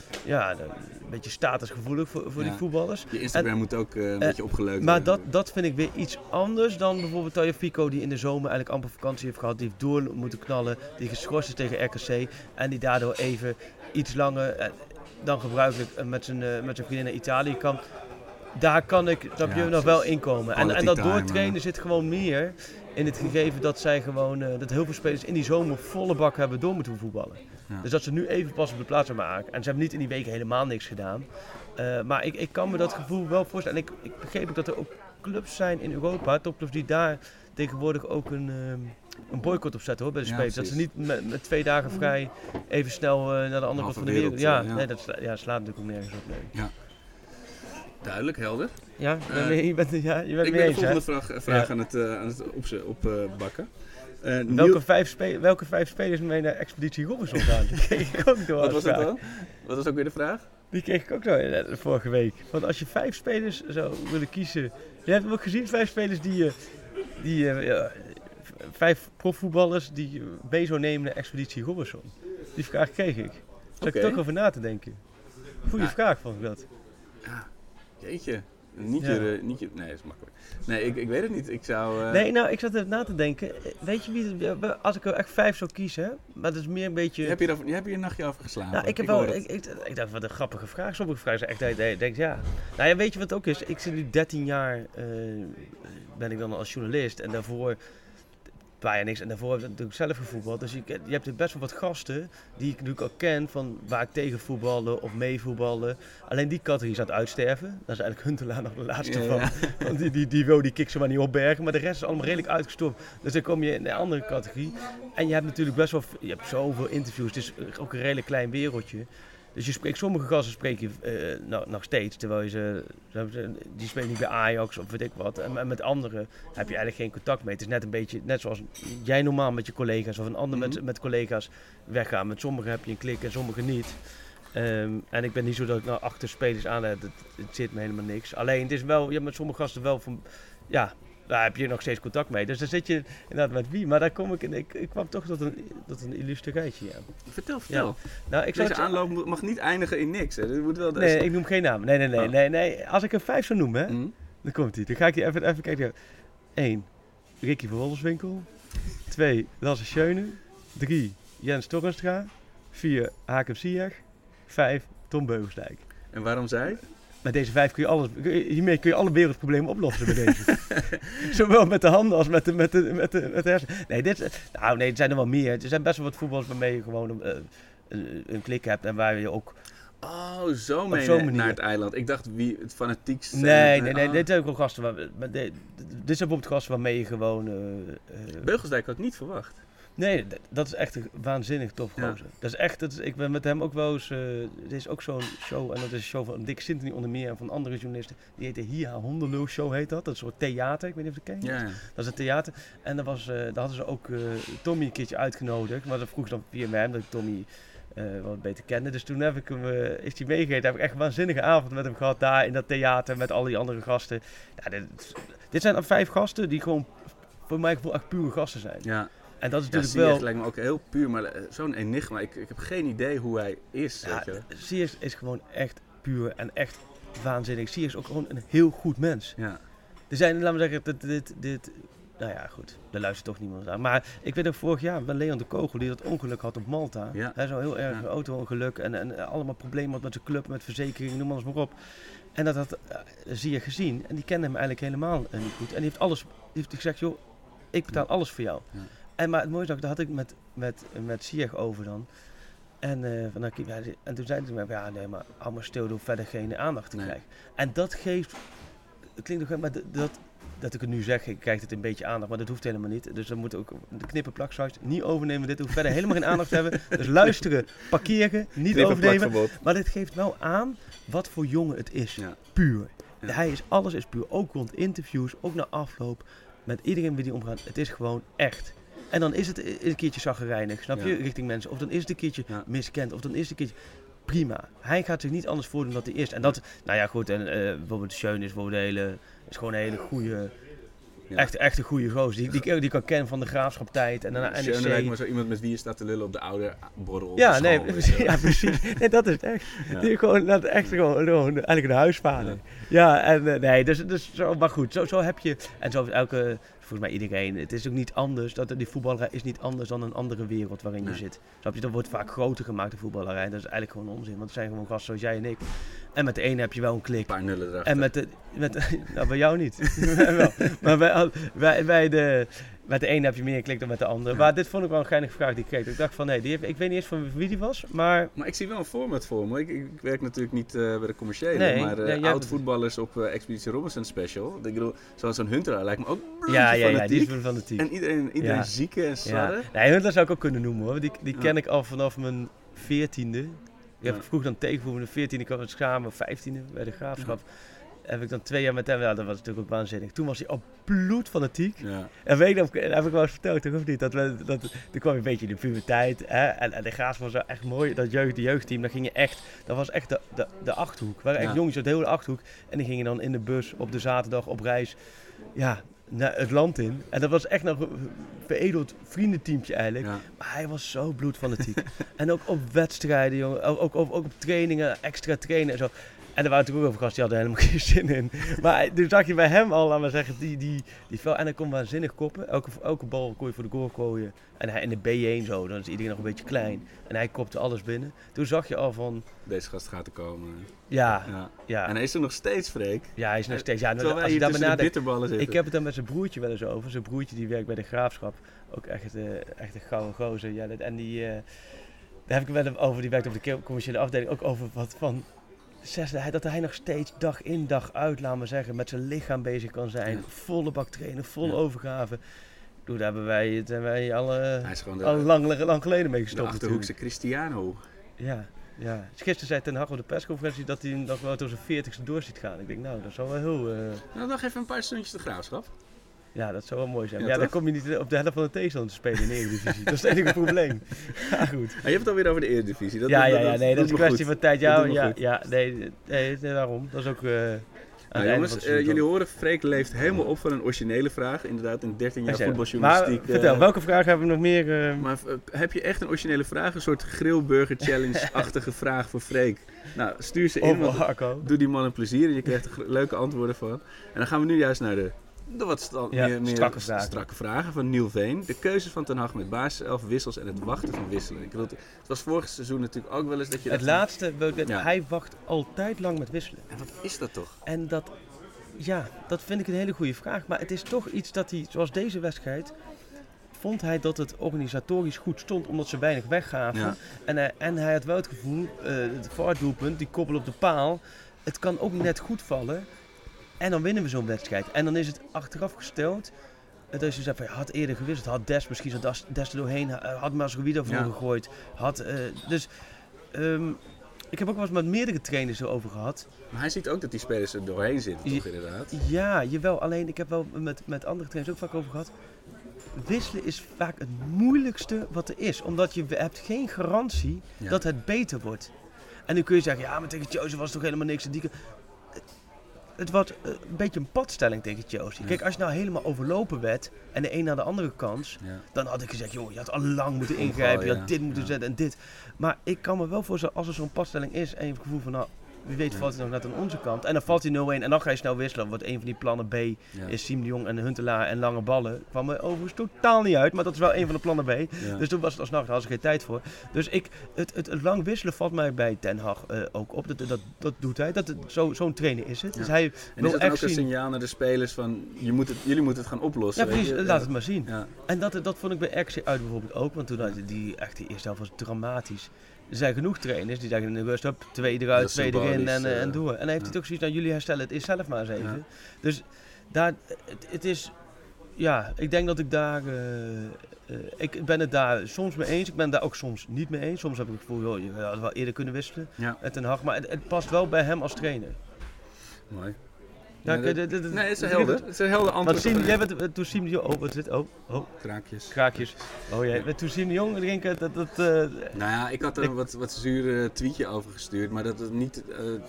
statusgevoelig voor die voetballers. Je Instagram moet ook een beetje opgeleukt worden. Maar dat vind ik weer iets anders dan bijvoorbeeld Tagliafico, die in de zomer eigenlijk amper vakantie heeft gehad. Die heeft door moeten knallen, die geschorst is tegen RKC. En die daardoor even iets langer dan gebruikelijk met zijn vriendin naar Italië kan. Daar kan ik nog wel inkomen. En dat doortrainen zit gewoon meer in het gegeven dat zij gewoon dat heel veel spelers in die zomer volle bak hebben door moeten voetballen. Ja. Dus dat ze nu even pas op de plaats hebben maken. En ze hebben niet in die weken helemaal niks gedaan. Maar ik kan me dat gevoel wel voorstellen. En ik begreep ook dat er ook clubs zijn in Europa, topclubs, die daar tegenwoordig ook een boycott op zetten, hoor, bij de spelers. Dat ze niet met 2 dagen vrij even snel naar de andere kant van de wereld. Dat slaat natuurlijk ook nergens op. Nee. Ja. Duidelijk, helder. Ja, je bent mee eens. Ik ben de volgende vraag aan het opbakken. Welke 5 spelers mee naar Expeditie Robinson gaan? Die kreeg ik ook door. Wat was dat dan? Wat was ook weer de vraag? Die kreeg ik ook door vorige week. Want als je 5 spelers zou willen kiezen... Je hebt hem ook gezien, 5 spelers die 5 profvoetballers die mee zou nemen naar Expeditie Robinson. Die vraag kreeg ik. Zou ik toch over na te denken. Goeie vraag vond ik dat. Ja, jeetje. Nee, dat is makkelijk. Nee, ik weet het niet. Ik zou... ik zat er na te denken. Weet je wie... Als ik er echt 5 zou kiezen, maar dat is meer een beetje... Heb je een nachtje over geslapen? Nou, ik dacht, wat een grappige vraag. Sommige vragen zijn echt... Ik denk, ja. Nou ja, weet je wat het ook is? Ik zit nu 13 jaar... ben ik dan als journalist. En daarvoor... niks. En daarvoor heb ik natuurlijk zelf gevoetbald. Dus je hebt best wel wat gasten die ik natuurlijk al ken van waar ik tegen voetballen of mee voetballen. Alleen die categorie is aan het uitsterven. Dat is eigenlijk Huntelaar nog de laatste van. Want die kikt ze maar niet opbergen. Maar de rest is allemaal redelijk uitgestorven. Dus dan kom je in een andere categorie. En je hebt natuurlijk best wel... Je hebt zoveel interviews. Het is ook een redelijk klein wereldje. Dus sommige gasten spreek je nog steeds, terwijl die spelen niet bij Ajax of weet ik wat. En met anderen heb je eigenlijk geen contact mee. Het is net een beetje, net zoals jij normaal met je collega's of een ander met collega's weggaan. Met sommigen heb je een klik en sommigen niet. En ik ben niet zo dat ik nou achter spelers aan heb, het zit me helemaal niks. Alleen het is wel, je hebt met sommige gasten wel van, daar heb je nog steeds contact mee. Dus dan zit je inderdaad met wie. Maar daar kom ik kwam toch tot een illustre rijtje. Ja. Vertel. Ja. Nou, deze aanloop mag niet eindigen in niks. Hè. Dit moet wel nee, ik noem geen naam. Nee. Als ik er 5 zou noemen, dan komt hij. Dan ga ik die even kijken. 1. Ricky van Wolfswinkel. 2. Lasse Schöne. 3. Jens Torrenstra. 4. Hakem Ziyech. 5. Tom Beugelsdijk. En waarom zij? Met deze 5 hiermee kun je alle wereldproblemen oplossen bij deze. Zowel met de handen als met de hersenen. Nee, er zijn er wel meer. Er zijn best wel wat voetballers waarmee je gewoon een klik hebt en waar je ook... Oh, zo mee naar het eiland. Ik dacht wie het fanatiekst... Nee, dit zijn ook wel gasten. Dit zijn bijvoorbeeld gasten waarmee je gewoon... Beugelsdijk had ik niet verwacht. Nee, dat is echt een waanzinnig tof gozer. Ja. Ik ben met hem ook wel eens... er is ook zo'n show, en dat is een show van Dick Sintony onder meer en van andere journalisten. Die heet de Hiha Hondenlul Show, heet dat. Dat is een soort theater, ik weet niet of je het kent. Ja. Dat is een theater. En daar hadden ze ook Tommy een keertje uitgenodigd. Maar dat vroeg ze dan via mij, omdat ik Tommy wat beter kende. Dus toen is hij meegegeten. Heb ik echt een waanzinnige avond met hem gehad daar in dat theater met al die andere gasten. Ja, dit zijn 5 gasten die gewoon voor mij gevoel echt pure gasten zijn. Ja. En dat is natuurlijk Ziyech lijkt me ook heel puur, maar zo'n enigma. Ik heb geen idee hoe hij is. Ziyech is gewoon echt puur en echt waanzinnig. Ziyech is ook gewoon een heel goed mens. Ja. Er zijn, laten we zeggen, Nou ja, goed. Daar luistert toch niemand naar. Maar ik weet ook vorig jaar met Leon de Kogel, die dat ongeluk had op Malta. Ja. Hij zo heel erg auto-ongeluk en allemaal problemen had met zijn club, met verzekering, noem alles maar op. En dat had Ziyech gezien. En die kende hem eigenlijk helemaal niet goed. En die heeft gezegd, joh, ik betaal alles voor jou. Ja. Maar het mooiste ook, daar had ik met Ziyech over dan. En toen zei hij tegen mij, ja nee, maar hou maar stil, door verder geen aandacht te krijgen. En dat geeft, het klinkt nog maar dat ik het nu zeg, ik krijg het een beetje aandacht, maar dat hoeft helemaal niet. Dus dan moet ook de knippenplak-site niet overnemen. Dit hoeft verder helemaal geen aandacht te hebben. Dus luisteren, parkeren, niet overnemen. Maar dit geeft wel aan wat voor jongen het is. Ja. Puur. Ja. Alles is puur. Ook rond interviews, ook na afloop. Met iedereen wie die omgaat. Het is gewoon echt. En dan is het een keertje chagrijnig, snap je? Richting mensen. Of dan is het een keertje miskend. Of dan is het een keertje... Prima. Hij gaat zich niet anders voordoen dan hij is. En dat, nou ja goed, en bijvoorbeeld Schöne is gewoon een hele goede, echt een goede gozer. Die kan kennen van de graafschaptijd en daarna NEC. Schöne lijkt me zo iemand met wie je staat te lullen op de oude borrel. Ja, nee, precies. Nee, dat is het echt. Ja. Die gewoon eigenlijk een huisvader. Ja, en nee, dus zo, maar goed, zo heb je, en zo volgens mij iedereen, het is ook niet anders, die voetballerij is niet anders dan een andere wereld waarin je zit. Snap je, dat wordt vaak groter gemaakt, de voetballerij. Dat is eigenlijk gewoon onzin, want het zijn gewoon gasten zoals jij en ik. En met de ene heb je wel een klik. Een paar nullen erachter. En nou, bij jou niet. Maar met de ene heb je meer een klik dan met de andere. Ja. Maar dit vond ik wel een geinige vraag die ik kreeg. Ik dacht van, nee, ik weet niet eens van wie die was, maar... Maar ik zie wel een format voor me. Ik werk natuurlijk niet bij de commerciële, maar oud-voetballers op Expeditie Robinson Special. Ik bedoel, zo'n Hunter lijkt me ook fanatiek. Die is fanatiek. En iedereen zieke en sarre. Ja. Nee, Hunter zou ik ook kunnen noemen hoor. Die ken ik al vanaf mijn 14e. Ik heb vroeg dan tegenvoeren, de 14e kwam het schamen, 15e bij de Graafschap. Heb ik dan 2 jaar met hem, dat was natuurlijk ook waanzinnig. Toen was hij al bloedfanatiek. Ja. En weet je, heb ik wel eens verteld, toch of niet? Toen kwam je een beetje in de puberteit. Hè? En de Graafschap was echt mooi, dat jeugdteam, dat was echt de Achterhoek. Waren echt jongens uit de hele Achterhoek. En die gingen dan in de bus op de zaterdag op reis. Ja, naar het land in. En dat was echt nog een veredeld vriendenteamtje eigenlijk. Ja. Maar hij was zo bloedfanatiek. En ook op wedstrijden, jongen. Ook op trainingen, extra trainen en zo. En er waren natuurlijk ook over gasten, die hadden helemaal geen zin in. Maar toen zag je bij hem al, laten we zeggen, die fel. En hij kon waanzinnig koppen. Elke bal kon je voor de goal gooien. En hij in de B1 zo, dan is iedereen nog een beetje klein. En hij kopte alles binnen. Toen zag je al van... Deze gast gaat er komen. Ja. En hij is er nog steeds, Freek. Ja, hij is nog steeds. Ja, terwijl wij hier tussen de bitterballen zitten. Ik heb het dan met zijn broertje wel eens over. Zijn broertje die werkt bij de Graafschap. Ook echt een gouden gozer. Ja, en daar heb ik wel over, die werkt op de commerciële afdeling. Ook over wat van... dat hij nog steeds dag in dag uit, laat maar zeggen, met zijn lichaam bezig kan zijn. Ja. Volle bak trainen, volle overgave. Daar hebben wij al lang geleden mee gestopt. De Achterhoekse Cristiano. Ja. Gisteren zei Ten Hag op de persconferentie dat hij nog wel tot zijn 40ste door ziet gaan. Ik denk, nou, dat zou wel heel... Nou, nog even een paar stondjes de Graafschap. Ja, dat zou wel mooi zijn. Ja, dan kom je niet op de helft van de tegenstander te spelen in de Eredivisie. Dat is het enige probleem. Ja, goed. Je hebt het alweer over de Eredivisie. Dat is een kwestie van tijd. Daarom. Dat is ook... jongens, jullie horen, Freek leeft helemaal op van een originele vraag. Inderdaad, in 13 jaar voetbaljournalistiek. Maar vertel, welke vraag hebben we nog meer? Maar heb je echt een originele vraag? Een soort grillburger challenge-achtige vraag voor Freek? Nou, stuur ze in. Doe die man een plezier en je krijgt er leuke antwoorden van. En dan gaan we nu juist naar de meer strakke vragen van Niel Veen. De keuzes van Ten Hag met basiself, wissels en het wachten van wisselen. Het was vorig seizoen natuurlijk ook wel eens dat je... Het laatste, hij wacht altijd lang met wisselen. En wat is dat toch? En dat vind ik een hele goede vraag. Maar het is toch iets dat hij, zoals deze wedstrijd... vond hij dat het organisatorisch goed stond, omdat ze weinig weggaven. Ja. En hij had wel het gevoel, het voordoelpunt, die koppel op de paal... het kan ook net goed vallen... En dan winnen we zo'n wedstrijd. En dan is het achteraf gesteld. Dat je zegt van, had eerder gewisseld. Had Des misschien zo'n Des er doorheen. Had Masrowido voor gegooid. Ik heb ook wel eens met meerdere trainers erover gehad. Maar hij ziet ook dat die spelers er doorheen zitten, toch inderdaad? Ja, jawel. Alleen ik heb wel met andere trainers ook vaak over gehad. Wisselen is vaak het moeilijkste wat er is. Omdat je hebt geen garantie dat het beter wordt. En nu kun je zeggen, ja, maar tegen Chelsea was het toch helemaal niks. Het was een beetje een padstelling tegen Chelsea. Ja. Kijk, als je nou helemaal overlopen werd en de een naar de andere kans, dan had ik gezegd, joh, je had al lang moeten ingrijpen, je had dit moeten zetten en dit. Maar ik kan me wel voorstellen, als er zo'n padstelling is en je hebt het gevoel van, nou, wie weet valt hij nog net aan onze kant. En dan valt hij 0-1 en dan ga je snel wisselen. Want een van die plannen B is Siem de Jong en Huntelaar en lange ballen. Kwam er overigens totaal niet uit, maar dat is wel een van de plannen B. Ja. Dus toen was het alsnog, daar had ik geen tijd voor. Dus het lang wisselen valt mij bij Ten Hag ook op. Dat doet hij. Zo'n trainer is het. Ja. Dus hij en is dat dan ook een signaal naar de spelers van, jullie moeten het gaan oplossen? Ja, precies. Laat het maar zien. Ja. En dat vond ik bij RKC uit bijvoorbeeld ook. Want toen die eerste helft was dramatisch. Er zijn genoeg trainers die zeggen in de rust op 2 eruit, 2 erin en doen. En dan heeft hij toch zoiets, jullie herstellen het eerst zelf maar eens even. Ja. Dus daar, het is, ik denk dat ik daar, ik ben het daar soms mee eens. Ik ben daar ook soms niet mee eens. Soms heb ik het gevoel, je had wel eerder kunnen wisselen. Met Ten Hag, maar het past wel bij hem als trainer. Mooi. Ja, nee, het is een helder. Het is een helder antwoord. Jij bent toen Siem de Jong... Oh, wat is dit? Oh. Kraakjes. Oh jee, toen Siem de Jong drinken, Nou ja, ik had er een wat zure tweetje over gestuurd, maar dat het niet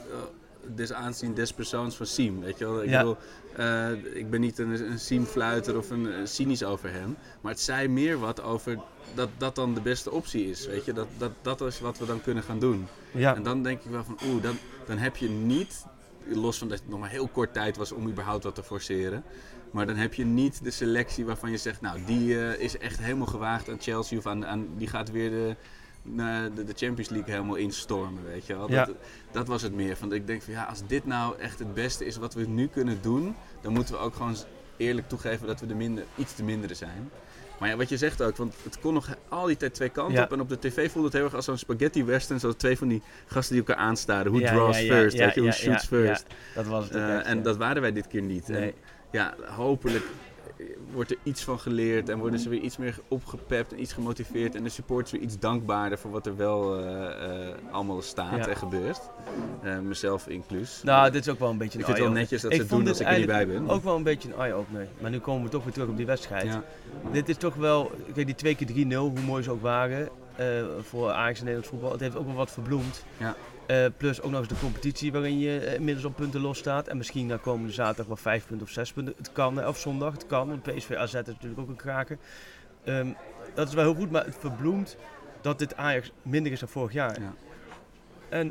des aanzien des persoons van Siem, weet je wel. Ik bedoel, ik ben niet een Siem-fluiter of een cynisch over hem, maar het zei meer wat over dat dan de beste optie is, weet je. Dat is wat we dan kunnen gaan doen. Ja. En dan denk ik wel van, dan heb je niet... Los van dat het nog maar heel kort tijd was om überhaupt wat te forceren. Maar dan heb je niet de selectie waarvan je zegt... Nou, die is echt helemaal gewaagd aan Chelsea. Of die gaat weer de Champions League helemaal instormen, weet je wel. Dat was het meer. Want ik denk van als dit nou echt het beste is wat we nu kunnen doen... Dan moeten we ook gewoon eerlijk toegeven dat we iets te mindere zijn. Maar wat je zegt ook, want het kon nog al die tijd twee kanten op. En op de tv voelde het heel erg als zo'n spaghetti western. Zo 2 van die gasten die elkaar aanstaren. Who draws first, weet je, who shoots first. Ja. Dat was het en dat waren wij dit keer niet. Nee. En hopelijk wordt er iets van geleerd. En worden ze weer iets meer opgepept en iets gemotiveerd. En de supporters weer iets dankbaarder voor wat er wel allemaal staat en gebeurt. Mezelf inclus. Nou, dit is ook wel een beetje een eye-opener. Ik vind het wel netjes dat ze het doen als ik er niet bij ben. Ook wel een beetje een eye-opener. Maar nu komen we toch weer terug op die wedstrijd. Ja. Dit is toch wel... Kijk, die 2 keer 3-0, hoe mooi ze ook waren... voor Ajax en Nederlands voetbal. Het heeft ook wel wat verbloemd. Ja. Plus ook nog eens de competitie waarin je inmiddels op punten los staat. En misschien na komende zaterdag wel 5 punten of 6 punten. Het kan, of zondag, het kan. Want PSV AZ is natuurlijk ook een kraker. Dat is wel heel goed, maar het verbloemt dat dit Ajax minder is dan vorig jaar. Ja. En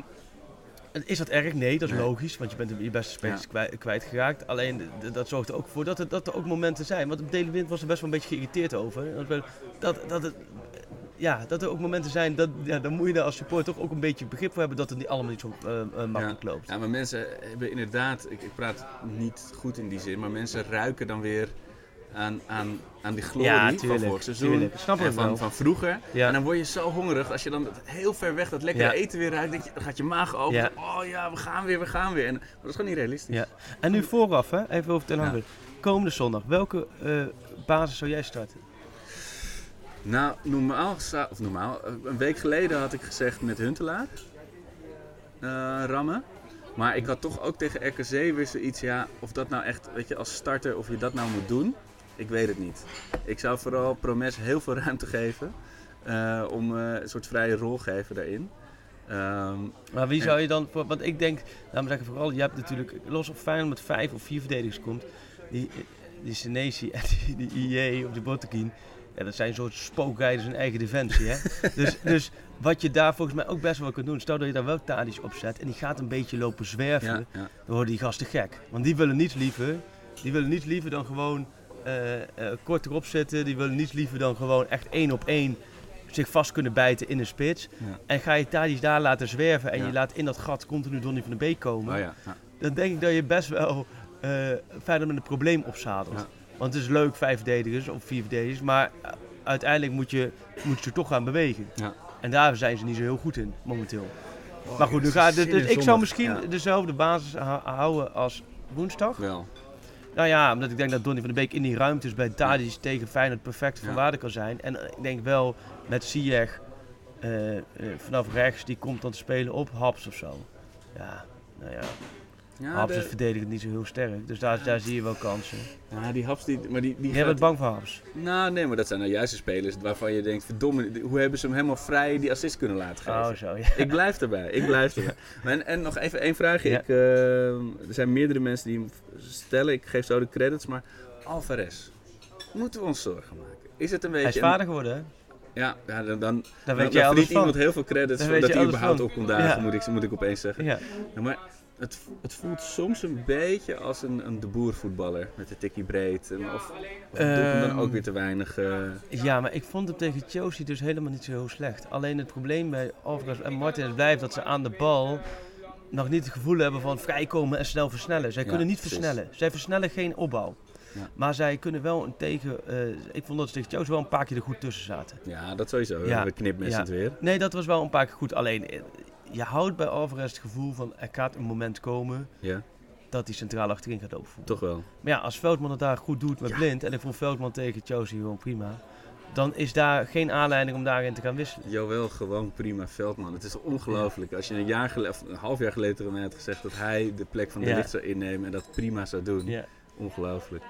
is dat erg? Nee, dat is logisch. Want je bent je beste spelers kwijtgeraakt. Alleen dat zorgt er ook voor dat er ook momenten zijn. Want op Daily Blind was er best wel een beetje geïrriteerd over. Dat er ook momenten zijn, dan moet je daar als supporter toch ook een beetje begrip voor hebben dat het niet allemaal niet zo makkelijk loopt. Ja, maar mensen hebben inderdaad, ik praat niet goed in die zin, maar mensen ruiken dan weer aan die glorie van vorig seizoen en van vroeger. Ja. En dan word je zo hongerig als je dan heel ver weg dat lekkere eten weer ruikt, dan gaat je maag open. Ja. Oh ja, we gaan weer. Maar dat is gewoon niet realistisch. Ja. En nu vooraf, even over Ten Hag. Komende zondag, welke basis zou jij starten? Nou, een week geleden had ik gezegd met Huntelaar rammen. Maar ik had toch ook tegen RKC weer zoiets, of dat nou echt, weet je, als starter, of je dat nou moet doen, ik weet het niet. Ik zou vooral Promes heel veel ruimte geven, om een soort vrije rol geven daarin. Maar wie zou je dan, want ik denk, laat me zeggen vooral, je hebt natuurlijk, los of Feyenoord met 5 of 4 verdedigers komt, die Senesi en die IE of de Botteguin. Ja, dat zijn soort spookrijders in eigen defensie. Hè? dus wat je daar volgens mij ook best wel kunt doen. Stel dat je daar wel Tadic op zet en die gaat een beetje lopen zwerven. Dan worden die gasten gek. Want die willen niets liever dan gewoon kort erop zitten. Die willen niets liever dan gewoon echt 1 op 1 zich vast kunnen bijten in een spits. Ja. En ga je Tadic daar laten zwerven en je laat in dat gat continu Donny van de Beek komen. Dan denk ik dat je best wel verder met een probleem opzadelt. Ja. Want het is leuk 5 verdedigers of 4 verdedigers, maar uiteindelijk moet je toch gaan bewegen. Ja. En daar zijn ze niet zo heel goed in, momenteel. Maar goed, nu ik zou misschien dezelfde basis houden als woensdag. Wel. Nou ja, omdat ik denk dat Donny van de Beek in die ruimtes bij Tadic tegen Feyenoord perfect van waarde kan zijn. En ik denk wel met Ziyech vanaf rechts, die komt dan te spelen op Haps of zo. Ja, nou ja. Haps is verdedigend niet zo heel sterk, dus daar zie je wel kansen. Ja, die Haps, die Jij bent bang voor Haps? Nou, nee, maar dat zijn nou juist de spelers waarvan je denkt, verdomme, hoe hebben ze hem helemaal vrij die assist kunnen laten geven? Oh, zo, ja. Ik blijf erbij. En nog even één vraagje. Ja. Er zijn meerdere mensen die hem stellen, ik geef zo de credits, maar Alvarez, moeten we ons zorgen maken? Is het een beetje... Hij is vader geworden, hè? Ja, dan weet jij alles verdient van. iemand heel veel credits Dan voor weet dat je hij alles überhaupt van. op kon dagen, Ja. moet ik opeens zeggen. Ja. Ja, maar het voelt soms een beetje als een de Boer voetballer met de tikkie breed. Of doet hem dan ook weer te weinig. Ja, maar ik vond hem tegen Chelsea dus helemaal niet zo heel slecht. Alleen het probleem bij Alvarez en Martinez blijft dat ze aan de bal nog niet het gevoel hebben van vrijkomen en snel versnellen. Zij kunnen niet precies. versnellen. Zij versnellen geen opbouw. Ja. Maar zij kunnen wel een ik vond dat ze tegen Chelsea wel een paar keer er goed tussen zaten. Ja, dat sowieso. Ja. We knipmessen het weer. Nee, dat was wel een paar keer goed. Alleen, je houdt bij Alvarez het gevoel van er gaat een moment komen Ja, dat hij centraal achterin gaat lopen. toch wel. Maar ja, als Veldman het daar goed doet met Blind, en ik vond Veldman tegen Chelsea gewoon prima, dan is daar geen aanleiding om daarin te gaan wisselen. Jawel, gewoon prima Veldman. Het is ongelooflijk. Als je een half jaar geleden tegen mij had gezegd dat hij de plek van de Ligt zou innemen en dat prima zou doen. Ja. Ongelooflijk.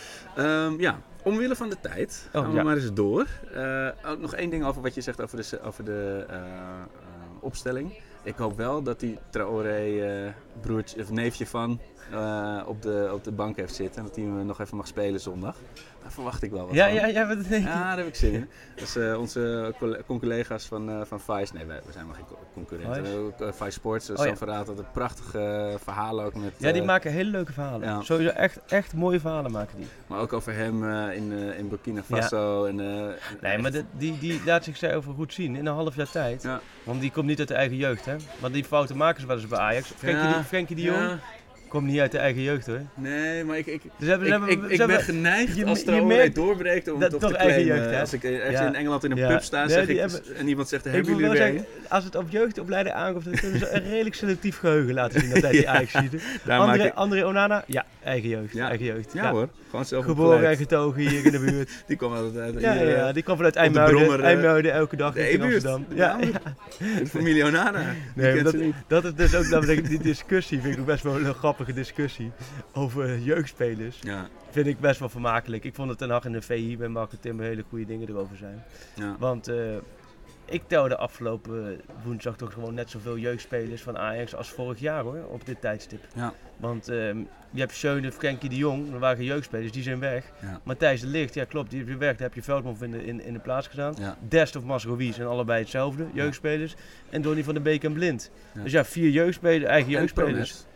Omwille van de tijd gaan we ja. maar eens door. Ook nog één ding over wat je zegt over de opstelling. Ik hoop wel dat die Traoré broertje of neefje van op de bank heeft zitten. En dat hij nog even mag spelen zondag. Daar verwacht ik wel wat van. Ja, wat denk je? Ja, daar heb ik zin in. Dat is onze collega's van Vice. Nee, we zijn maar geen concurrenten. Vice Sports, San Verraad had een prachtig verhaal ook met... Ja, die maken hele leuke verhalen. Ja. Sowieso echt mooie verhalen maken die. Maar ook over hem in Burkina Faso. Ja. Nee, maar die laat zichzelf goed zien in een half jaar tijd. Ja. Want die komt niet uit de eigen jeugd, hè. Want die fouten maken ze wel eens bij Ajax. Frenkie de Jong komt niet uit de eigen jeugd, hoor. Nee, maar ik ben geneigd als Traoré doorbreekt om het toch te eigen claimen. jeugd, hè? Als ik ergens in Engeland in een pub sta en iemand zegt, hebben jullie er een? Als het op jeugdopleiding aankomt, dan kunnen ze een redelijk selectief geheugen laten zien dat hij die Ajax ziet. André Onana, eigen jeugd. Ja hoor, gewoon zelf geboren en getogen hier in de buurt. Die kwam altijd uit hier. Die kwam vanuit IJmuiden elke dag in Amsterdam. Ja. De familie Onana. Nee, dat is dus ook namelijk die discussie, vind ik ook best wel een grappige discussie over jeugdspelers. Ja. Vind ik best wel vermakelijk. Ik vond het Ten Hag en de VI bij Marco Timmer hele goede dingen erover zijn. Ja. Want ik telde afgelopen woensdag toch gewoon net zoveel jeugdspelers van Ajax als vorig jaar, hoor, op dit tijdstip. Ja. Want je hebt Schöne, Frenkie de Jong, dat waren jeugdspelers, die zijn weg. Ja. Matthijs de Ligt, ja klopt, die is weer weg. Daar heb je Veldman in de plaats gedaan. Ja. Dest of Masrowi zijn allebei hetzelfde, jeugdspelers. En Donny van der Beek en Blind. Ja. Dus ja, 4 jeugdspelers, eigen jeugdspelers. Promes.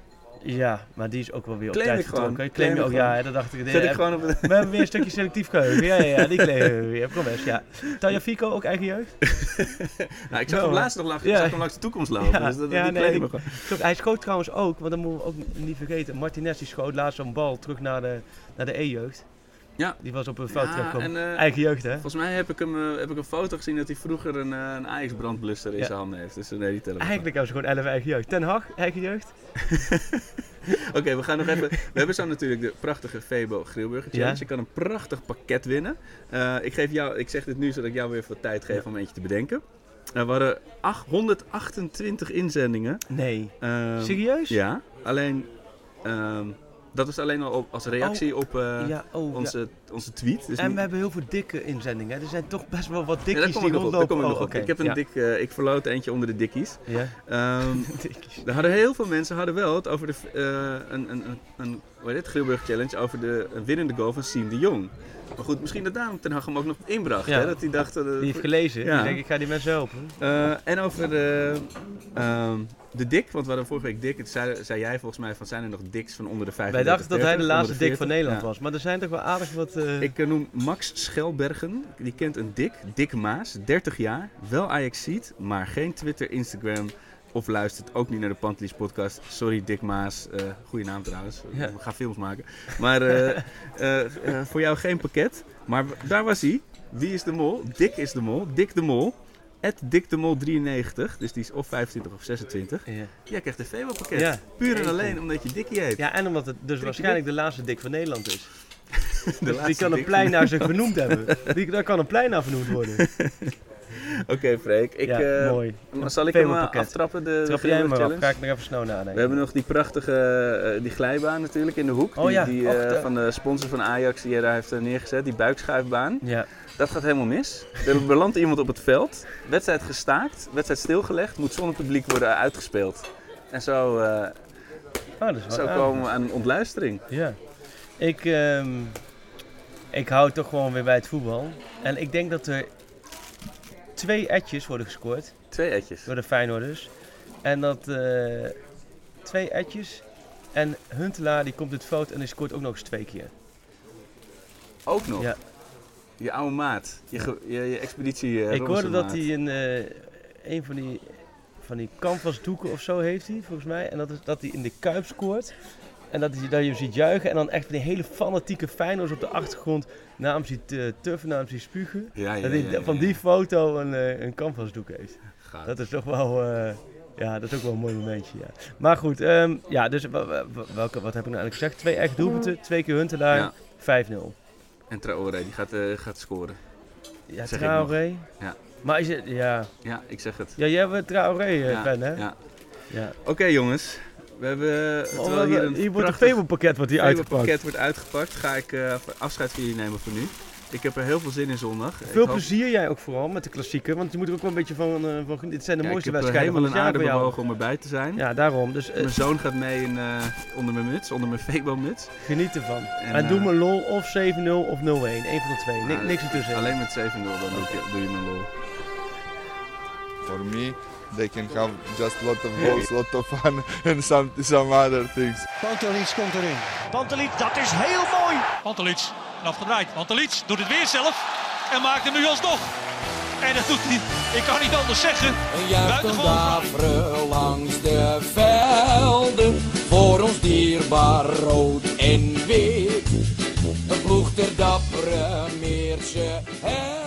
Ja, maar die is ook wel weer op Claim tijd ik gewoon. vertrokken. Claim je ook, ja, dat dacht ik. Zet ik gewoon op We hebben weer een stukje selectief geheugen. Ja, die claimen we weer. Promes, ja. Tagliafico, ook eigen jeugd? Nou, ik zag hem laatst nog langs de toekomst lopen. Dus die claimen we gewoon. Hij schoot trouwens ook, want dat moeten we ook niet vergeten. Martinez die schoot laatst zo'n bal terug naar de E-jeugd. Ja. Die was op een fout gekomen. En, eigen jeugd, hè? Volgens mij heb ik een foto gezien dat hij vroeger een Ajax brandblusser in zijn handen heeft. Dus nee, die tellen. Eigenlijk hebben ze gewoon 11 eigen jeugd. Ten Hag, eigen jeugd. Oké, we gaan nog even... We hebben zo natuurlijk de prachtige Febo Grilburger Challenge. Je kan een prachtig pakket winnen. Ik zeg dit nu zodat ik jou weer wat tijd geef om eentje te bedenken. We hadden 128 inzendingen. Nee. Serieus? Ja, alleen... dat was alleen al als reactie op onze tweet. Dus en we hebben heel veel dikke inzendingen. Er zijn toch best wel wat dikkies die rondlopen. Daar kom ik nog op. Ik heb ik verloot eentje onder de dikkies. Ja. Er hadden heel veel mensen wel het over een Grilburger Challenge over de winnende goal van Siem de Jong. Maar goed, misschien dat daarom Ten Hag hem ook nog inbracht. Ja. Hè? Dat hij dacht... die heeft gelezen. Ja. Die denkt, ik ga die mensen helpen. En over de dik, want we hadden vorige week dik. Zei jij volgens mij van, zijn er nog diks van onder de 35? Wij dachten dat hij de laatste dik van Nederland was. Maar er zijn toch wel aardig wat... Ik noem Max Schelbergen. Die kent een Dick Maas, 30 jaar. Wel Ajaxiet, maar geen Twitter, Instagram... Of luistert ook niet naar de Pantelis podcast. Sorry Dick Maas. Goeie naam trouwens. Ja. We gaan films maken. Maar voor jou geen pakket. Maar daar was hij. Wie is de mol? Dick is de mol. Dick de Mol. @DickDeMol93. Dus die is of 25 of 26. Ja. Jij krijgt een Febo-pakket. Ja. Puur en alleen omdat je Dickie heet. Ja, en omdat het dus waarschijnlijk de laatste Dick van Nederland is. Die kan een plein naar zich vernoemd hebben. Daar kan een plein naar vernoemd worden. Oké, Freek. Mooi. Zal ik hem aftrappen? Trap jij hem maar af. Ga ik nog even snel nadenken. We hebben nog die prachtige die glijbaan natuurlijk in de hoek. Van de sponsor van Ajax die daar heeft neergezet. Die buikschuifbaan. Ja. Dat gaat helemaal mis. Er belandt iemand op het veld. Wedstrijd gestaakt. Wedstrijd stilgelegd. Moet zonder publiek worden uitgespeeld. En zo, zo komen we aan een ontluistering. Ja. Ik hou toch gewoon weer bij het voetbal. En ik denk dat er 2 etjes worden gescoord 2 etjes. door de Feyenoorders. En dat 2 etjes. En Huntelaar die komt het veld en die scoort ook nog eens 2 keer. Ook nog? Ja. Je oude maat. Je expeditie Ik hoorde dat hij hij een van die canvasdoeken of zo heeft hij, volgens mij. En dat hij in de Kuip scoort. En dat je hem ziet juichen. En dan echt die hele fanatieke Feyenoorders op de achtergrond naar hem ziet tuffen, naar hem ziet spugen. Van die foto een canvasdoek heeft. Gaat. Dat is toch wel... dat is ook wel een mooi momentje, ja. Maar goed, dus wat heb ik nou eigenlijk gezegd? 2 echt doelpunten, 2 keer Huntelaar, 5-0. En Traoré, die gaat scoren. Ja, Zeg Traoré. Ja. Maar is het... Ja, Ja, ik zeg het. ja jij bent Traoré-fan, hè? Ja. Ja. Oké, jongens. We hebben... terwijl Hier wordt een Fable-pakket uitgepakt. pakket wordt uitgepakt, ga ik afscheid van jullie nemen voor nu. Ik heb er heel veel zin in zondag. Veel plezier jij ook vooral met de klassieker, want je moet er ook wel een beetje van dit zijn de mooiste wedstrijden. Ik heb wedstrijden van helemaal het een jaar aarde voor jou. bewogen om erbij te zijn. Ja, daarom. Dus Mijn zoon gaat mee onder mijn muts, onder mijn Febo-muts. geniet ervan. En, En doe me lol of 7-0 of 0-1. Eén van de twee. Niks ertussen. Alleen met 7-0 dan doe je mijn lol. For me, they can have just lot of goals, lot of fun and some other things. Pantelic komt erin. Pantelic, dat is heel mooi. Pantelic, en afgedraaid. Pantelic doet het weer zelf en maakt hem nu alsnog. En dat doet hij, ik kan niet anders zeggen. Een juichen Buitengewoon daveren langs de velden, voor ons dierbaar rood en wit. Een ploeg ter dappere Meerse